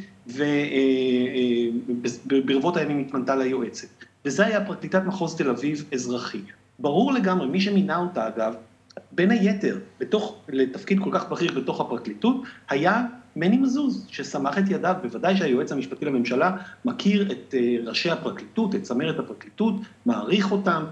וברבות הימים התמנתה ליועצת. וזה היה פרקליטת מחוז תל אביב אזרחי. ברור לגמרי, מי שמינה אותה אגב, בין היתר, בתוך, לתפקיד כל כך בכיר בתוך הפרקליטות, היה מני מזוז, ששמח את ידיו. בוודאי שהיועץ המשפטי לממשלה מכיר את ראשי הפרקליטות, את צמרת הפרקליטות, מעריך אותם,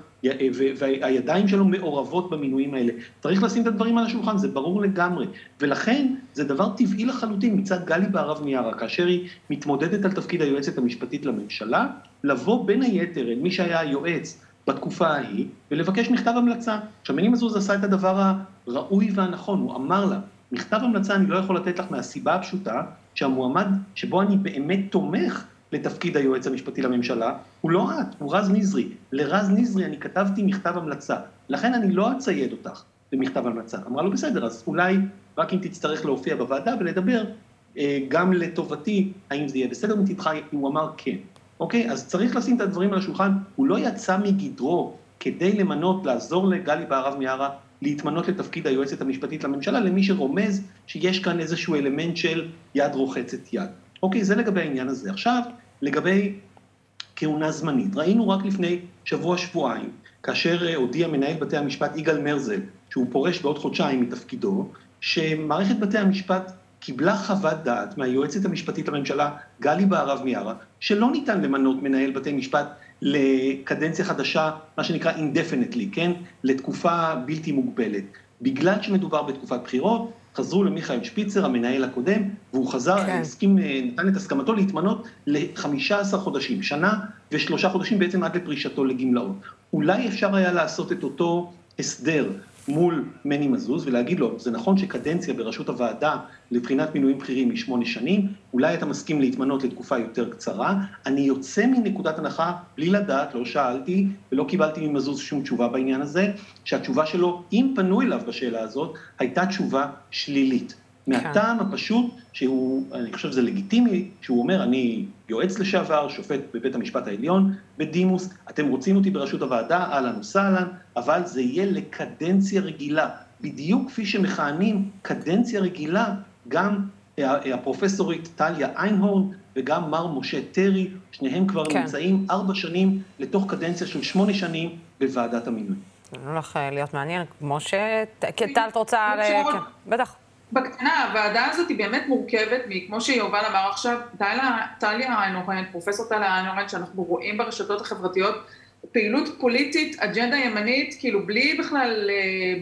והידיים שלו מעורבות במינויים האלה. צריך לשים את הדברים על השולחן, זה ברור לגמרי. ולכן זה דבר טבעי לחלוטין מצד גלי בהרב מיארה, כאשר היא מתמודדת על תפקיד היועצת המשפטית לממשלה, לבוא בין היתר אל מי שהיה היועץ בתקופה ההיא, ולבקש מכתב המלצה. עכשיו, מני מזוז עשה את הדבר הראוי והנכון, הוא אמר לה, מכתב המלצה אני לא יכול לתת לך מהסיבה הפשוטה, שהמועמד שבו אני באמת תומך לתפקיד היועץ המשפטי לממשלה, הוא לא את, הוא רז נזרי. לרז נזרי אני כתבתי מכתב המלצה, לכן אני לא אצייד אותך במכתב המלצה. אמרה לו, בסדר, אז אולי רק אם תצטרך להופיע בוועדה ולדבר, גם לטובתי, האם זה יהיה בסדר מתדך, הוא אמר כן. אוקיי, אז צריך לשים את הדברים על השולחן, הוא לא יצא מגדרו כדי למנות, לעזור לגלי בהרב מיארה, להתמנות לתפקיד היועצת המשפטית לממשלה, למי שרומז שיש כאן איזשהו אלמנט של יד רוחצת יד. אוקיי, זה לגבי העניין הזה. עכשיו, לגבי כהונה זמנית. ראינו רק לפני שבוע-שבועיים, כאשר הודיע מנהל בתי המשפט יגאל מרזל, שהוא פורש בעוד חודשיים מתפקידו, שמערכת בתי המשפט קיבלה חוות דעת מהיועצת המשפטית לממשלה, גלי בהרב מיארה, שלא ניתן למנות מנהל בתי משפט לקדנציה חדשה, מה שנקרא indefinitely, כן? לתקופה בלתי מוגבלת. בגלל שמדובר בתקופת בחירות, חזרו למיכאל שפיצר, המנהל הקודם, והוא חזר, כן. הסכים, נתן את הסכמתו להתמנות ל-חמישה עשר חודשים, שנה ושלושה חודשים בעצם עד לפרישתו לגמלאות. אולי אפשר היה לעשות את אותו הסדר מול מני מזוז, ולהגיד לו, זה נכון שקדנציה בראשות הוועדה לבחינת מינויים בכירים משמונה שנים, אולי אתה מסכים להתמנות לתקופה יותר קצרה, אני יוצא מנקודת הנחה, בלי לדעת, לא שאלתי, ולא קיבלתי ממזוז שום תשובה בעניין הזה, שהתשובה שלו, אם פנו אליו בשאלה הזאת, הייתה תשובה שלילית. מהטעם הפשוט, שהוא, אני חושב שזה לגיטימי, שהוא אומר, אני יועץ לשעבר, שופט בבית המשפט העליון, בדימוס, אתם רוצים אותי בראשות הוועדה, אהלן וסהלן, אבל זה יהיה לקדנציה רגילה. בדיוק כפי שמכהנים קדנציה רגילה, גם הפרופסורית טליה איינהורן, וגם מר משה טרי, שניהם כבר כן. נמצאים ארבע שנים, לתוך קדנציה של שמונה שנים בוועדת המינוי. אני לא הולך להיות מעניין, כמו ש... טל, את רוצה... כן, בטח. בקטנה, הוועדה הזאת היא באמת מורכבת, כמו שיובל אמר עכשיו, טליה איינהורן, פרופסור טליה איינהורן, שאנחנו רואים ברשתות החברתיות, פעילות פוליטית, אג'נדה ימנית, כאילו בלי בכלל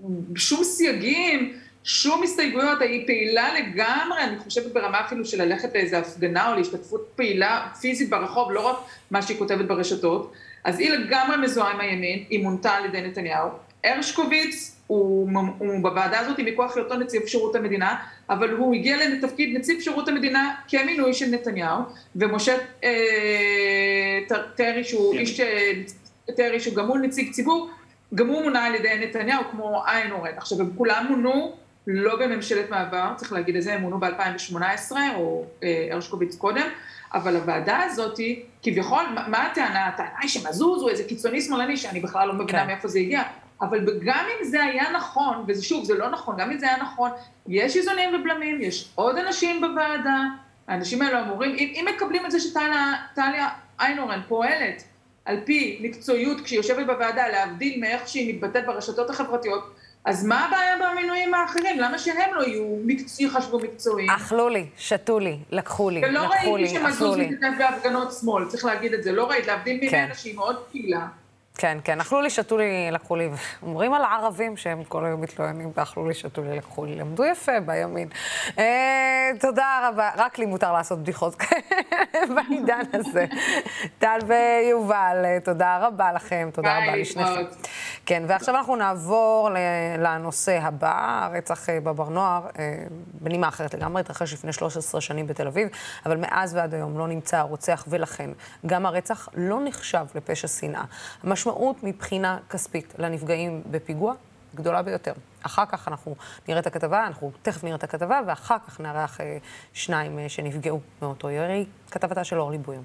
שום סייגים, שום הסתייגויות, היא פעילה לגמרי, אני חושבת ברמה אפילו של ללכת לאיזו הפגנה או להשתתפות פעילה פיזית ברחוב, לא רק מה שהיא כותבת ברשתות, אז היא לגמרי מזוהה עם הימין, היא מונתה על ידי נתניהו. הרשקוביץ הוא, הוא בוועדה הזאת מכוח היותו נציב שירות המדינה, אבל הוא הגיע לתפקיד נציב שירות המדינה כמינוי של נתניהו, ומשה אה, טרי שהוא איש, טרי שהוא גם הוא נציג ציבור, גם הוא מונה על ידי נתניהו כמו עין אורן. עכשיו, הם כולם מונו לא בממשלת מעבר, צריך להגיד את זה, הם מונו ב-אלפיים שמונה עשרה, או אה, הרשקוביץ קודם, אבל הוועדה הזאת, כביכול, מה, מה הטענה? הטענה היא שמזוז הוא איזה קיצוני שמאלני, שאני בכלל לא מבינה כן. מאיפה זה הגיע, אבל גם אם זה היה נכון, וזה שוב, זה לא נכון, גם אם זה היה נכון, יש איזונים ובלמים, יש עוד אנשים בוועדה, האנשים האלה אמורים, אם, אם מקבלים את זה שטליה איינורן פועלת, על פי מקצועיות, כשהיא יושבת בוועדה, להבדיל מאיך שהיא מתבטאת ברשתות החברתיות, אז מה הבעיה במינויים האחרים? למה שהם לא יהיו מקצועי, חשבו מקצועיים? אכלו לי, שתו לי, לקחו לי, ולא לקחו לי, ראיתי שמזוז מתכתב בהפגנות שמאל, צריך להגיד את זה, לא ראית, להבדיל ממנה שהיא מאוד פעילה. כן, כן, אכלו לי, שתו לי, לקחו לי. אומרים על הערבים שהם כל היום מתלוננים, ואכלו לי, שתו לי, לקחו לי. למדו יפה בימין. אה, תודה רבה. רק לי מותר לעשות בדיחות בעידן הזה. טל ויובל, תודה רבה לכם. תודה רבה לשניכם. כן, ועכשיו אנחנו נעבור לנושא הבא, הרצח בבר נוער, בנימה אחרת לגמרי, התרחש לפני שלוש עשרה שנים בתל אביב, אבל מאז ועד היום לא נמצא הרוצח, ולכן גם הרצח לא נחשב לפשע שנאה. המשמעות מבחינה כספית לנפגעים בפיגוע גדולה ביותר. אחר כך אנחנו נראה את הכתבה, אנחנו תכף נראה את הכתבה, ואחר כך נערך אה, שניים אה, שנפגעו מאותו ירי. כתבתה של אורלי בויום.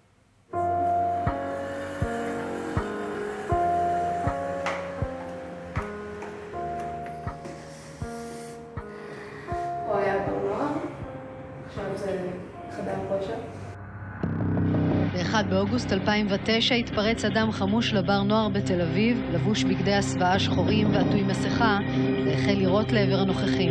הוא היה בנוער, עכשיו זה חדר כושר. ב-אחד באוגוסט אלפיים ותשע התפרץ אדם חמוש לבר נוער בתל אביב, לבוש בגדי הסוואה שחורים ועטוי מסכה, והחל לירות לעבר הנוכחים.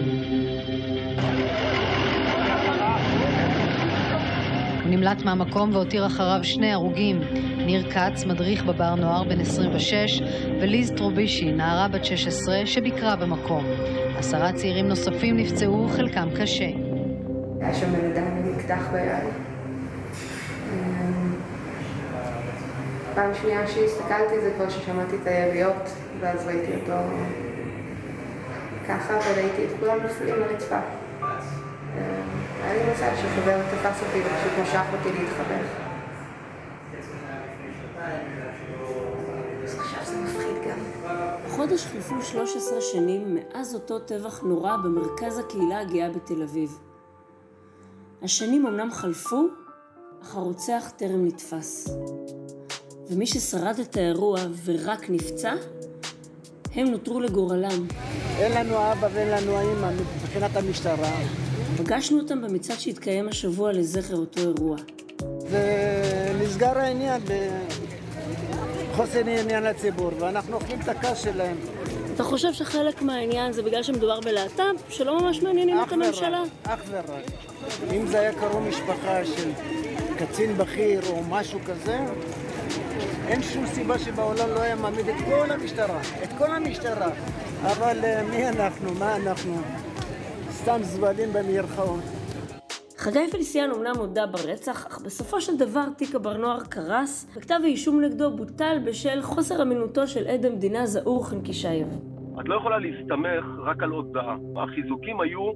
הוא נמלט מהמקום והותיר אחריו שני הרוגים, ניר קץ, מדריך בבר נוער בן עשרים ושש, וליז טרובישי, נערה בת שש עשרה, שביקרה במקום. עשרה צעירים נוספים נפצעו, חלקם קשה. היה שם בן אדם עם אקדח ביד. פעם שנייה שהסתכלתי זה כבר ששמעתי את היריות, ואז ראיתי אותו ככה, וראיתי את כולם נופלים לרצפה. היה לי מצב שחבר תפס אותי ופשוט משך אותי להתחבר. אז עכשיו זה מפחיד גם. בחודש חלפו שלוש עשרה שנים מאז אותו טבח נורא במרכז הקהילה הגאה בתל אביב. השנים אמנם חלפו, אך הרוצח טרם נתפס. ומי ששרד את האירוע ורק נפצע, הם נותרו לגורלם. אין לנו אבא ואין לנו אמא מבחינת המשטרה. פגשנו אותם במצעד שהתקיים השבוע לזכר אותו אירוע. ונסגר העניין בחוסר עניין לציבור, ואנחנו אוכלים את הכעס שלהם. אתה חושב שחלק מהעניין זה בגלל שמדובר בלהט"ב, שלא ממש מעניינים את הממשלה? אך ורק. אם זה היה קרוב משפחה של קצין בכיר או משהו כזה, אין שום סיבה שבעולם לא היה מעמיד את כל המשטרה, את כל המשטרה. אבל מי אנחנו? מה אנחנו? סתם זבלים במרכאות. חגי פלסיאן אומנם הודה ברצח, אך בסופו של דבר תיק הבר נוער קרס, וכתב האישום נגדו בוטל בשל חוסר אמינותו של עד המדינה זאור חנקישייב. את לא יכולה להסתמך רק על הודעה. החיזוקים היו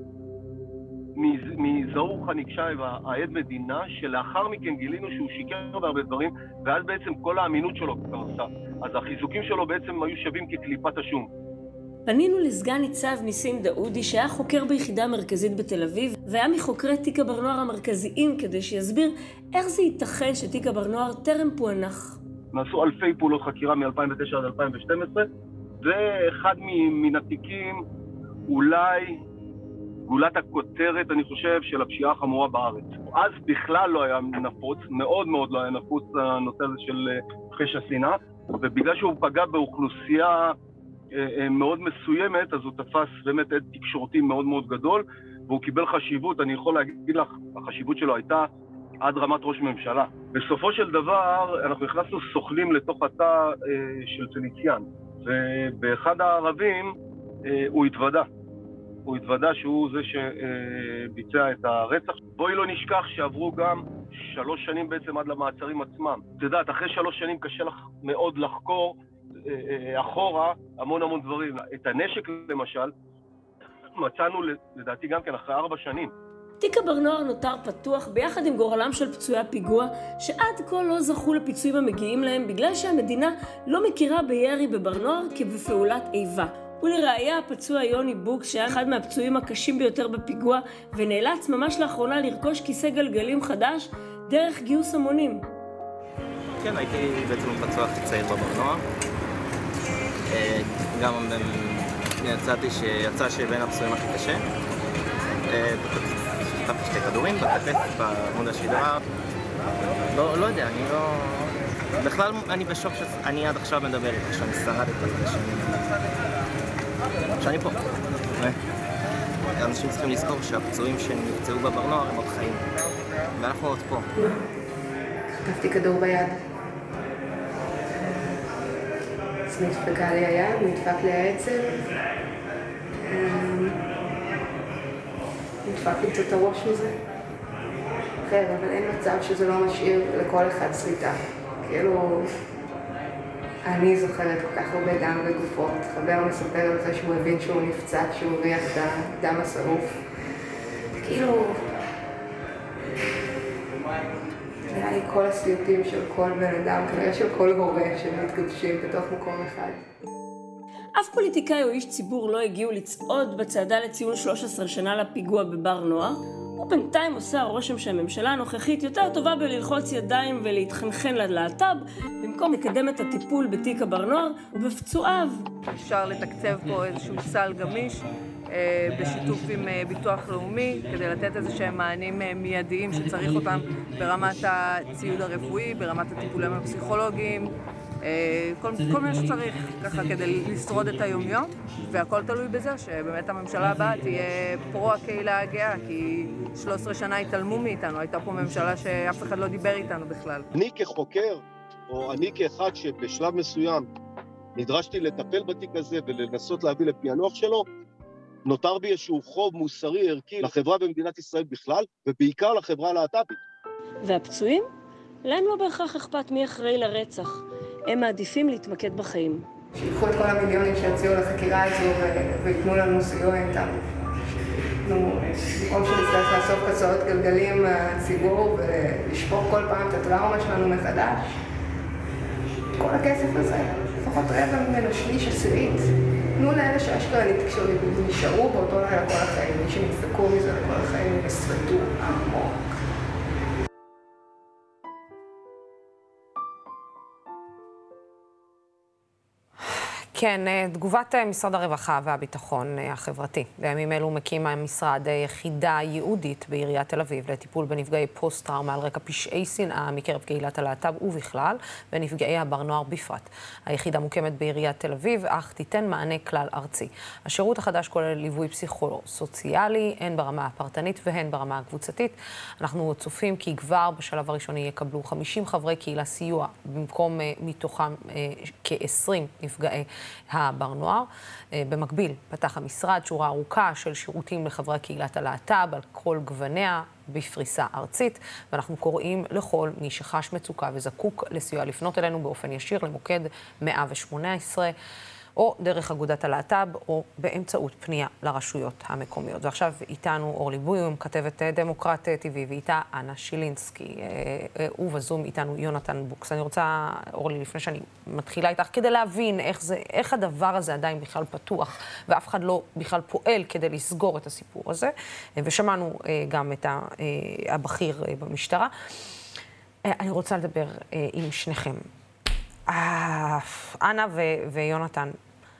מזאור חנקישייב, העד מדינה, שלאחר מכן גילינו שהוא שיקר בהרבה דברים, ואז בעצם כל האמינות שלו קרסה. אז החיזוקים שלו בעצם היו שווים כקליפת השום. פנינו לסגן ניצב ניסים דאודי, שהיה חוקר ביחידה המרכזית בתל אביב, והיה מחוקרי תיק הבר נוער המרכזיים, כדי שיסביר איך זה ייתכן שתיק הבר נוער טרם פוענח. נעשו אלפי פעולות חקירה מ-אלפיים ותשע עד אלפיים ושתים עשרה, ואחד מן התיקים אולי גולת הכותרת, אני חושב, של הפשיעה החמורה בארץ. אז בכלל לא היה נפוץ, מאוד מאוד לא היה נפוץ הנושא הזה של פשע שנאה, ובגלל שהוא פגע באוכלוסייה מאוד מסוימת, אז הוא תפס באמת עד תקשורתי מאוד מאוד גדול, והוא קיבל חשיבות, אני יכול להגיד לך, החשיבות שלו הייתה עד רמת ראש ממשלה. בסופו של דבר, אנחנו הכנסנו סוכנים לתוך התא של פליציאן, ובאחד הערבים הוא התוודע. הוא התוודע שהוא זה שביצע את הרצח. בואי לא נשכח שעברו גם שלוש שנים בעצם עד למעצרים עצמם. את יודעת, אחרי שלוש שנים קשה לך מאוד לחקור אחורה המון המון דברים. את הנשק למשל, מצאנו לדעתי גם כן אחרי ארבע שנים. תיק הבר נוער נותר פתוח ביחד עם גורלם של פצועי הפיגוע, שעד כה לא זכו לפיצויים המגיעים להם בגלל שהמדינה לא מכירה בירי בבר נוער כבפעולת איבה. ולראיה הפצוע יוני בוקס, שהיה אחד מהפצועים הקשים ביותר בפיגוע, ונאלץ ממש לאחרונה לרכוש כיסא גלגלים חדש דרך גיוס המונים. כן, הייתי בעצם פצוע הכי צעיר בבר נוער. גם יצאתי שיצא שבין הפצועים הכי קשה. חטפתי שתי כדורים בכתף, בעמוד השדרה. לא, לא יודע, אני לא... בכלל אני בשוק שאני עד עכשיו מדבר איתך, שאני שרדתי את זה, שאני פה. אנשים צריכים לזכור שהפצועים שנפצעו בבר נוער הם עוד חיים, ואנחנו עוד פה. חטפתי כדור ביד. אז נדפקה לי היד, נדפק לי העצם. נדפק לי קצת הראש מזה. אחר, אבל אין מצב שזה לא משאיר לכל אחד סליטה. כאילו, אני זוכרת כל כך הרבה דם בגופות. חבר מספר על זה שהוא הבין שהוא נפצע, שהוא ריח את הדם השרוף. כאילו, נראה לי כל הסיוטים של כל בן אדם, כנראה של כל הורה שמתגבשים בתוך מקום אחד. אף פוליטיקאי או איש ציבור לא הגיעו לצעוד בצעדה לציון שלוש עשרה שנה לפיגוע בבר נוער, ובינתיים עושה הרושם שהממשלה הנוכחית יותר טובה בללחוץ ידיים ולהתחנחן ללהט"ב, במקום לקדם את הטיפול בתיק הבר נוער ובפצועיו. אפשר לתקצב פה איזשהו סל גמיש בשיתוף עם ביטוח לאומי, כדי לתת איזה שהם מענים מיידיים שצריך אותם ברמת הציוד הרפואי, ברמת הטיפולים הפסיכולוגיים, כל, כל מיני שצריך ככה כדי לשרוד את היומיום, והכל תלוי בזה שבאמת הממשלה הבאה תהיה פרו הקהילה הגאה, כי שלוש עשרה שנה התעלמו מאיתנו, הייתה פה ממשלה שאף אחד לא דיבר איתנו בכלל. אני כחוקר, או אני כאחד שבשלב מסוים נדרשתי לטפל בתיק הזה ולנסות להביא לפענוח שלו, נותר בי איזשהו חוב מוסרי ערכי לחברה במדינת ישראל בכלל, ובעיקר לחברה הלהט"בית. והפצועים? להם לא בהכרח אכפת מי אחראי לרצח. הם מעדיפים להתמקד בחיים. שיקחו את כל המיליונים שהציעו לחקירה הזו ויתנו לנו סיוע איתם. במקום שנצטרך לאסוף כסאות גלגלים מהציבור ולשפוך כל פעם את הטראומה שלנו מחדש, כל הכסף הזה, לפחות רבע ממנו, שליש, עשירית, תנו לאלה שאשכרה נשארו באותו לילה כל החיים, מי שנצטקו מזה לכל החיים, ישרדו עמוק. כן, תגובת משרד הרווחה והביטחון החברתי. בימים אלו מקים המשרד יחידה ייעודית בעיריית תל אביב לטיפול בנפגעי פוסט-טראומה על רקע פשעי שנאה מקרב קהילת הלהט"ב ובכלל, ונפגעי הבר נוער בפרט. היחידה מוקמת בעיריית תל אביב, אך תיתן מענה כלל ארצי. השירות החדש כולל ליווי פסיכו-סוציאלי, הן ברמה הפרטנית והן ברמה הקבוצתית. אנחנו צופים כי כבר בשלב הראשוני יקבלו חמישים חברי קהילה סיוע, במקום מתוכם כ-עשרים נפגעי הבר נוער. במקביל פתח המשרד שורה ארוכה של שירותים לחברי קהילת הלהט"ב על כל גווניה בפריסה ארצית, ואנחנו קוראים לכל מי שחש מצוקה וזקוק לסיוע לפנות אלינו באופן ישיר למוקד מאה ושמונה עשרה או דרך אגודת הלהט"ב או באמצעות פנייה לרשויות המקומיות. ועכשיו איתנו אורלי בויום, כתבת דמוקרט טי וי, ואיתה אנה שילינסקי, ובזום איתנו יונתן בוקס. אני רוצה, אורלי, לפני שאני מתחילה איתך, כדי להבין איך, זה, איך הדבר הזה עדיין בכלל פתוח, ואף אחד לא בכלל פועל כדי לסגור את הסיפור הזה, ושמענו גם את הבכיר במשטרה. אני רוצה לדבר עם שניכם. אנה ויונתן,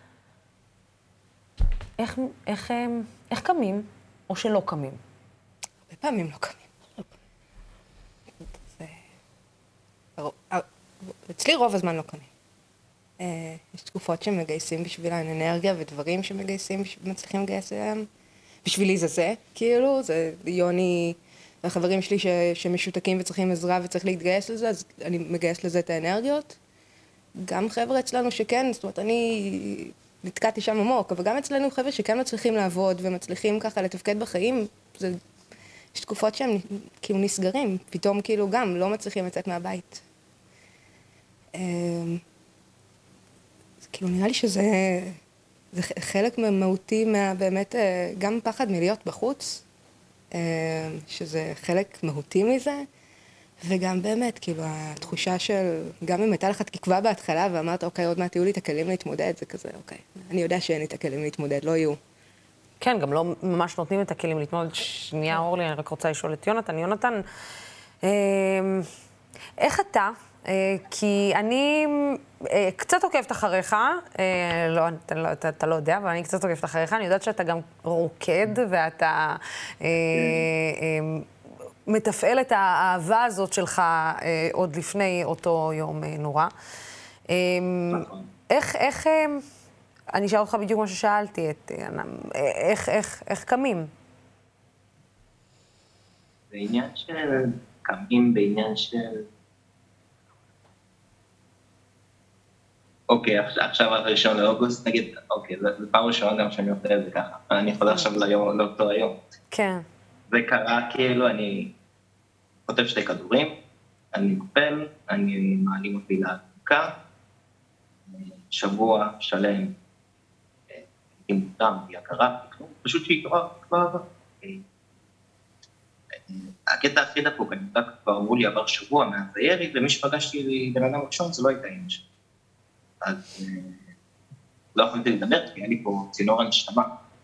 איך, איך, איך קמים או שלא קמים? הרבה פעמים לא קמים. זה... אצלי רוב הזמן לא קמים. יש תקופות שמגייסים בשבילם אנרגיה ודברים שמגייסים, מצליחים לגייס להם. בשבילי זה זה, כאילו, זה יוני והחברים שלי ש, שמשותקים וצריכים עזרה וצריך להתגייס לזה, אז אני מגייס לזה את האנרגיות. גם חבר'ה אצלנו שכן, זאת אומרת, אני נתקעתי שם עמוק, אבל גם אצלנו חבר'ה שכן מצליחים לעבוד ומצליחים ככה לתפקד בחיים, זה, יש תקופות שהם כאילו נסגרים, פתאום כאילו גם לא מצליחים לצאת מהבית. אז כאילו נראה לי שזה זה חלק מהותי מה, באמת, גם פחד מלהיות בחוץ, שזה חלק מהותי מזה, וגם באמת, כאילו, התחושה של, גם אם הייתה לך תקווה בהתחלה, ואמרת, אוקיי, עוד מעט יהיו לי את הכלים להתמודד, זה כזה, אוקיי, אני יודע שאין לי את הכלים להתמודד, לא יהיו. כן, גם לא ממש נותנים את הכלים להתמודד. שנייה, אורלי, אני רק רוצה לשאול את יונתן. יונתן, איך אתה, כי אני קצת עוקבת אחריך, לא, אתה לא יודע, אבל אני קצת עוקבת אחריך, אני יודעת שאתה גם רוקד, ואתה מתפעל את האהבה הזאת שלך עוד לפני אותו יום נורא. איך, איך, אני אשאל אותך בדיוק מה ששאלתי, איך, איך, איך קמים? בעניין של קמים, בעניין של... אוקיי, עכשיו הראשון לאוגוסט, נגיד, אוקיי, זה פעם ראשונה גם שאני עושה את זה ככה. אני חוזר עכשיו ליום, לאותו היום. כן. זה קרה כאילו, אני כותב שתי כדורים, אני נופל, אני מעלים אותי להדבקה, שבוע שלם, עם מותם, היא הכרה, פשוט שהיא קרה, כבר עבר. הקטע הכי דפוק, אני יודעת, כבר אמרו לי עבר שבוע מאז הירי, ומי שפגשתי בן אדם ראשון, זה לא הייתה אמא שלי. אז לא יכולתי לדבר, כי היה לי פה צינור הנשמה.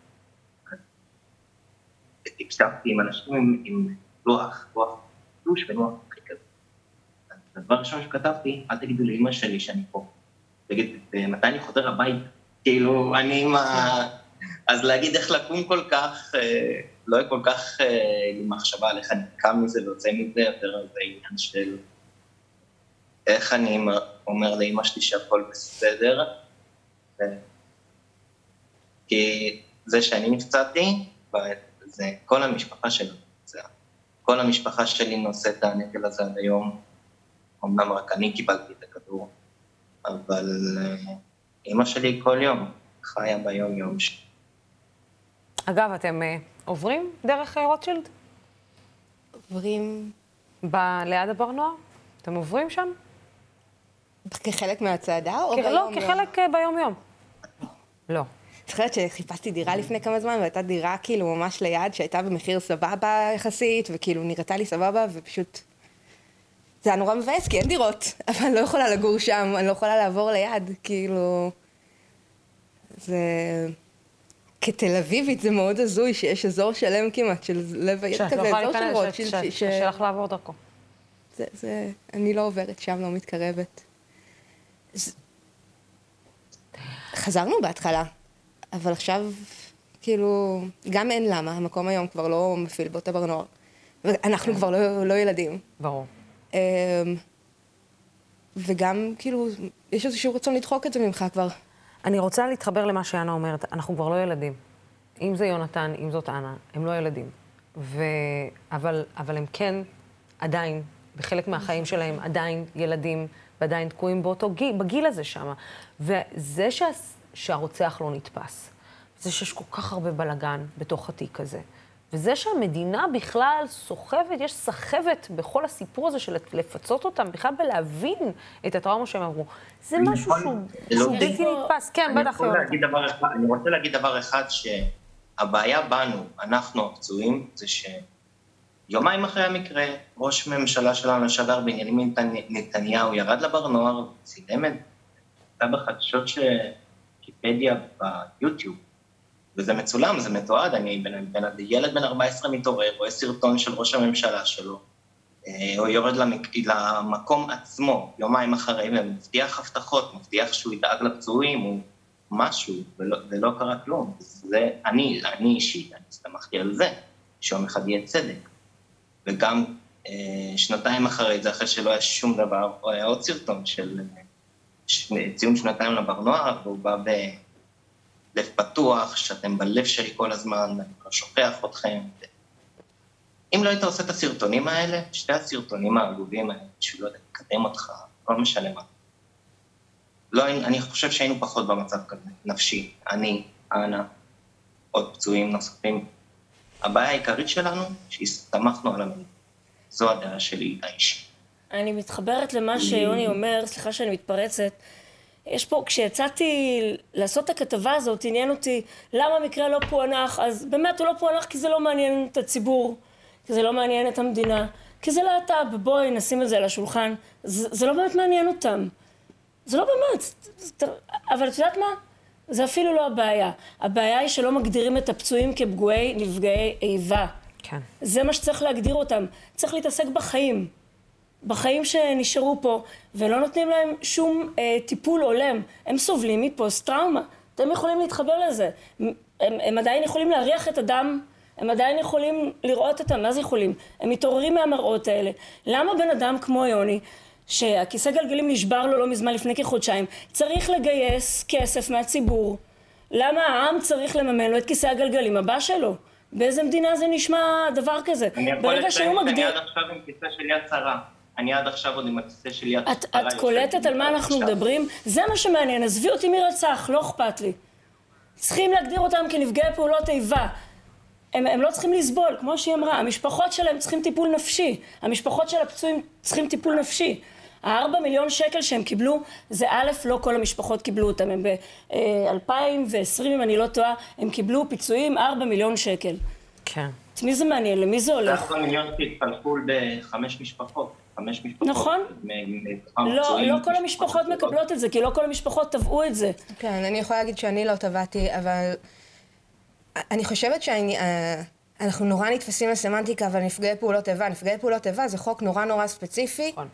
הקשבתי עם אנשים עם לוח, לוח פלוש ולוח הכי כזה. הדבר ראשון שכתבתי, אל תגידו לאמא שלי שאני פה. תגיד, מתי אני חוזר הבית? כאילו, אני עם ה... אז להגיד איך לקום כל כך, לא יהיה כל כך למחשבה על איך אני קם מזה ויוצא מזה, יותר זה עניין של איך אני אומר לאמא שלי שהכל בסדר. כי זה שאני נפצעתי, זה כל המשפחה שלי. כל המשפחה שלי נושא את הנטל הזה עד היום. אמנם רק אני קיבלתי את הכדור, אבל אמא שלי כל יום חיה ביום יום שלי. אגב, אתם עוברים דרך רוטשילד? עוברים... ליד הבר נוער? אתם עוברים שם? כחלק מהצעדה או ביום יום? לא, כחלק ביום יום. לא. זוכרת שחיפשתי דירה לפני כמה זמן, והייתה דירה כאילו ממש ליד, שהייתה במחיר סבבה יחסית, וכאילו נראתה לי סבבה, ופשוט... זה היה נורא מבאס, כי אין דירות, אבל אני לא יכולה לגור שם, אני לא יכולה לעבור ליד, כאילו... זה... כתל אביבית זה מאוד הזוי, שיש אזור שלם כמעט של לב היד כזה, אזור של רוטשילד. שלך לעבור דרכו. זה, זה... אני לא עוברת שם, לא מתקרבת. חזרנו בהתחלה, אבל עכשיו, כאילו, גם אין למה, המקום היום כבר לא מפעיל באותה בר נוער. ואנחנו כבר לא, לא ילדים. ברור. וגם, כאילו, יש איזשהו רצון לדחוק את זה ממך כבר. אני רוצה להתחבר למה שאנה אומרת, אנחנו כבר לא ילדים. אם זה יונתן, אם זאת אנה, הם לא ילדים. ו... אבל, אבל הם כן, עדיין, בחלק מהחיים שלהם, עדיין ילדים, ועדיין תקועים באותו גיל, בגיל הזה שם. וזה שה... שהרוצח לא נתפס. זה שיש כל כך הרבה בלגן בתוך התיק הזה. וזה שהמדינה בכלל סוחבת, יש סחבת בכל הסיפור הזה של לפצות אותם, בכלל בלהבין את הטראומה שהם עברו. זה משהו שהוא בלתי נתפס. כן, בטח. אני רוצה להגיד דבר אחד, שהבעיה בנו, אנחנו הפצועים, זה שיומיים אחרי המקרה, ראש ממשלה שלנו לשעבר בנימין נתניהו ירד לבר נוער, צילם את זה בחדשות שוויקיפדיה ביוטיוב, וזה מצולם, זה מתועד, אני בן, בן, ילד בן ארבע עשרה מתעורר, רואה סרטון של ראש הממשלה שלו, הוא יורד למק, למקום עצמו, יומיים אחרי, ומבטיח הבטחות, מבטיח שהוא ידאג לפצועים, הוא משהו, ולא, ולא קרה כלום. זה, אני, אני אישית, אני הסתמכתי על זה, שיום אחד יהיה צדק. וגם שנתיים אחרי זה, אחרי שלא היה שום דבר, הוא היה עוד סרטון של ציון שנתיים לבר נוער, והוא בא ב... לב פתוח, שאתם בלב שלי כל הזמן, אני לא שוכח אתכם. אם לא היית עושה את הסרטונים האלה, שתי הסרטונים העלובים האלה, שהוא לא יודע, לקדם אותך, לא משנה מה. לא, אני חושב שהיינו פחות במצב כזה, נפשי, אני, אנה, עוד פצועים נוספים. הבעיה העיקרית שלנו, שהסתמכנו על המדינה. זו הדעה שלי האישית. אני מתחברת למה שיוני אומר, סליחה שאני מתפרצת, יש פה, כשיצאתי לעשות את הכתבה הזאת, עניין אותי למה המקרה לא פוענח, אז באמת הוא לא פוענח כי זה לא מעניין את הציבור, כי זה לא מעניין את המדינה, כי זה להט"ב, בואי נשים את זה על השולחן, זה, זה לא באמת מעניין אותם. זה לא באמת, אבל את יודעת מה? זה אפילו לא הבעיה. הבעיה היא שלא מגדירים את הפצועים כפגועי נפגעי איבה. כן. זה מה שצריך להגדיר אותם. צריך להתעסק בחיים. בחיים שנשארו פה, ולא נותנים להם שום אה, טיפול הולם. הם סובלים מפוסט-טראומה. אתם יכולים להתחבר לזה. הם, הם עדיין יכולים להריח את הדם, הם עדיין יכולים לראות אותם. מה זה יכולים? הם מתעוררים מהמראות האלה. למה בן אדם כמו יוני, שהכיסא גלגלים נשבר לו לא מזמן לפני כחודשיים, צריך לגייס כסף מהציבור? למה העם צריך לממן לו את כיסא הגלגלים הבא שלו? באיזה מדינה זה נשמע דבר כזה? אני יכול לציין שאני עד עכשיו עם כיסא של יד שרה. אני עד עכשיו עוד עם הכיסא של יד שרה. את קולטת על מה אנחנו מדברים? זה מה שמעניין. עזבי אותי מרצח, לא אכפת לי. צריכים להגדיר אותם כנפגעי פעולות איבה. הם, הם לא צריכים לסבול, כמו שהיא אמרה. המשפחות שלהם צריכים טיפול נפשי. המשפחות של הפצועים צריכים טיפול נפשי. הארבע מיליון שקל שהם קיבלו, זה א', לא כל המשפחות קיבלו אותם. הם ב-אלפיים ועשרים, אם אני לא טועה, הם קיבלו פיצויים ארבע מיליון שקל. כן. את מי זה מעניין? למי זה הולך? ארבע מיליון שהתפלפו בחמש משפחות. חמש משפחות. נכון. לא, לא כל המשפחות מקבלות את זה, כי לא כל המשפחות טבעו את זה. כן, אני יכולה להגיד שאני לא טבעתי, אבל אני חושבת שאנחנו נורא נתפסים לסמנטיקה, אבל נפגעי פעולות איבה. נפגעי פעולות איבה זה חוק נורא נורא ספציפי. נכון.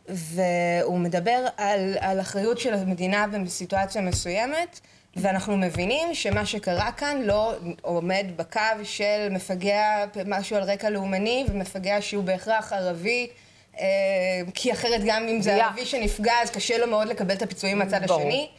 והוא מדבר על, על אחריות של המדינה בסיטואציה מסוימת, ואנחנו מבינים שמה שקרה כאן לא עומד בקו של מפגע משהו על רקע לאומני, ומפגע שהוא בהכרח ערבי, כי אחרת גם אם זה ערבי שנפגע, אז קשה לו מאוד לקבל את הפיצויים מהצד השני.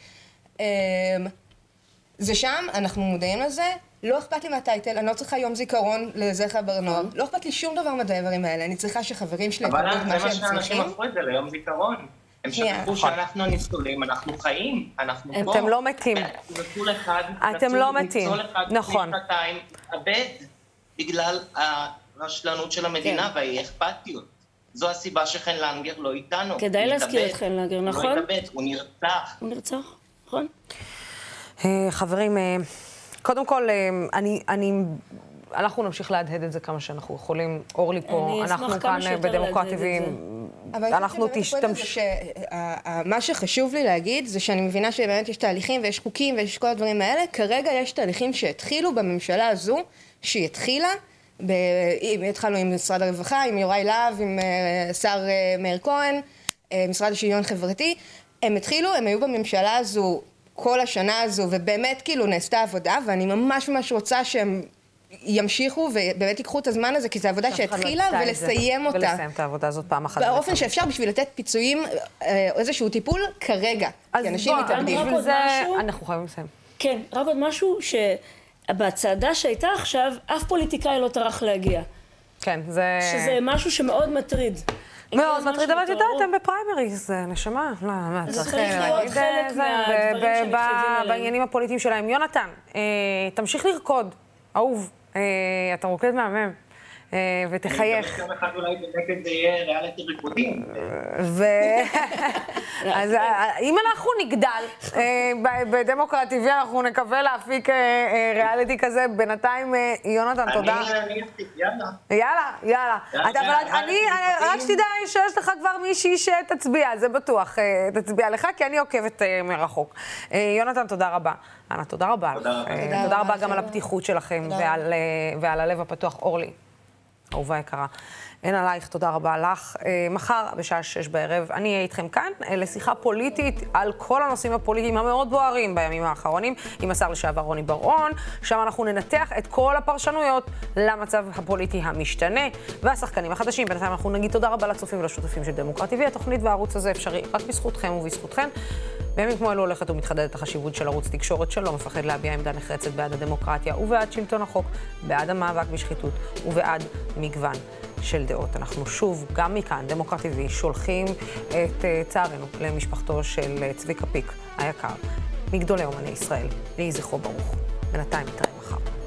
זה שם, אנחנו מודעים לזה. לא אכפת לי מהטייטל, אני לא צריכה יום זיכרון לזכר בר נוער. לא אכפת לי שום דבר מהדברים האלה, אני צריכה שחברים שלי יקבלו את מה שהם צריכים. אבל זה מה שאנשים הפכו את זה ליום זיכרון. הם שכחו שאנחנו הניצולים, אנחנו חיים, אנחנו פה. אתם לא מתים. נצול אחד, אתם לא מתים. נכון. משנתיים, אבד בגלל הרשלנות של המדינה והאי אכפתיות. זו הסיבה שחן לנגר לא איתנו. כדאי להזכיר את חן לנגר, נכון? הוא לא התאבד, הוא נרצח. הוא נרצח, נכון. חברים, קודם כל, אני, אני, אנחנו נמשיך להדהד את זה כמה שאנחנו יכולים. אורלי פה, אנחנו כאן בדמוקרטיבים. אבל אנחנו תשתמש... מה שחשוב לי להגיד זה שאני מבינה שבאמת יש תהליכים ויש חוקים ויש כל הדברים האלה. כרגע יש תהליכים שהתחילו בממשלה הזו, שהיא התחילה, התחלנו עם משרד הרווחה, עם יוראי להב, עם שר מאיר כהן, משרד השוויון חברתי. הם התחילו, הם היו בממשלה הזו כל השנה הזו, ובאמת כאילו נעשתה עבודה, ואני ממש ממש רוצה שהם ימשיכו ובאמת ייקחו את הזמן הזה, כי זו עבודה שהתחילה, ולסיים אותה. ולסיים את העבודה הזאת פעם אחת. באופן שאפשר בשביל לתת פיצויים, איזשהו טיפול כרגע, כי אנשים מתאבדים. אנחנו חייבים לסיים. כן, רק עוד משהו שבצעדה שהייתה עכשיו, אף פוליטיקאי לא טרח להגיע. כן, זה... שזה משהו שמאוד מטריד. מאוד מטריד, אבל את יודעת, הם בפריימריז, נשמה. לא, מה, צריך להגיד את זה בעניינים הפוליטיים שלהם. יונתן, תמשיך לרקוד, אהוב, אתה רוקד מהמם, ותחייך. יום אחד אולי בדקת זה יהיה ריאליטי ריקודים. אז אם אנחנו נגדל בדמוקרטיבי, אנחנו נקווה להפיק ריאליטי כזה. בינתיים, יונתן, תודה. אני אפתיק, יאללה. יאללה, יאללה. אבל אני, רק שתדע שיש לך כבר מישהי שתצביע, זה בטוח, תצביע לך, כי אני עוקבת מרחוק. יונתן, תודה רבה. אנה, תודה רבה. תודה רבה גם על הפתיחות שלכם ועל הלב הפתוח. אורלי, אהובה יקרה. אין עלייך, תודה רבה לך. מחר בשעה שש בערב אני אהיה איתכם כאן לשיחה פוליטית על כל הנושאים הפוליטיים המאוד בוערים בימים האחרונים עם השר לשעבר רוני בר-און. שם אנחנו ננתח את כל הפרשנויות למצב הפוליטי המשתנה והשחקנים החדשים. בינתיים אנחנו נגיד תודה רבה לצופים ולשותפים של דמוקרטיבי. התוכנית והערוץ הזה אפשרי רק בזכותכם ובזכותכן. בימים כמו אלו הולכת ומתחדדת החשיבות של ערוץ תקשורת שלא מפחד להביע עמדה נחרצת בעד הדמוקרטיה ובעד שלטון החוק, בעד המאבק בשחיתות ובעד מגוון. של דעות. אנחנו שוב, גם מכאן, דמוקרטי וי, שולחים את צערנו למשפחתו של צביקה פיק היקר, מגדולי אומני ישראל. יהי זכרו ברוך. בינתיים נתראה מחר.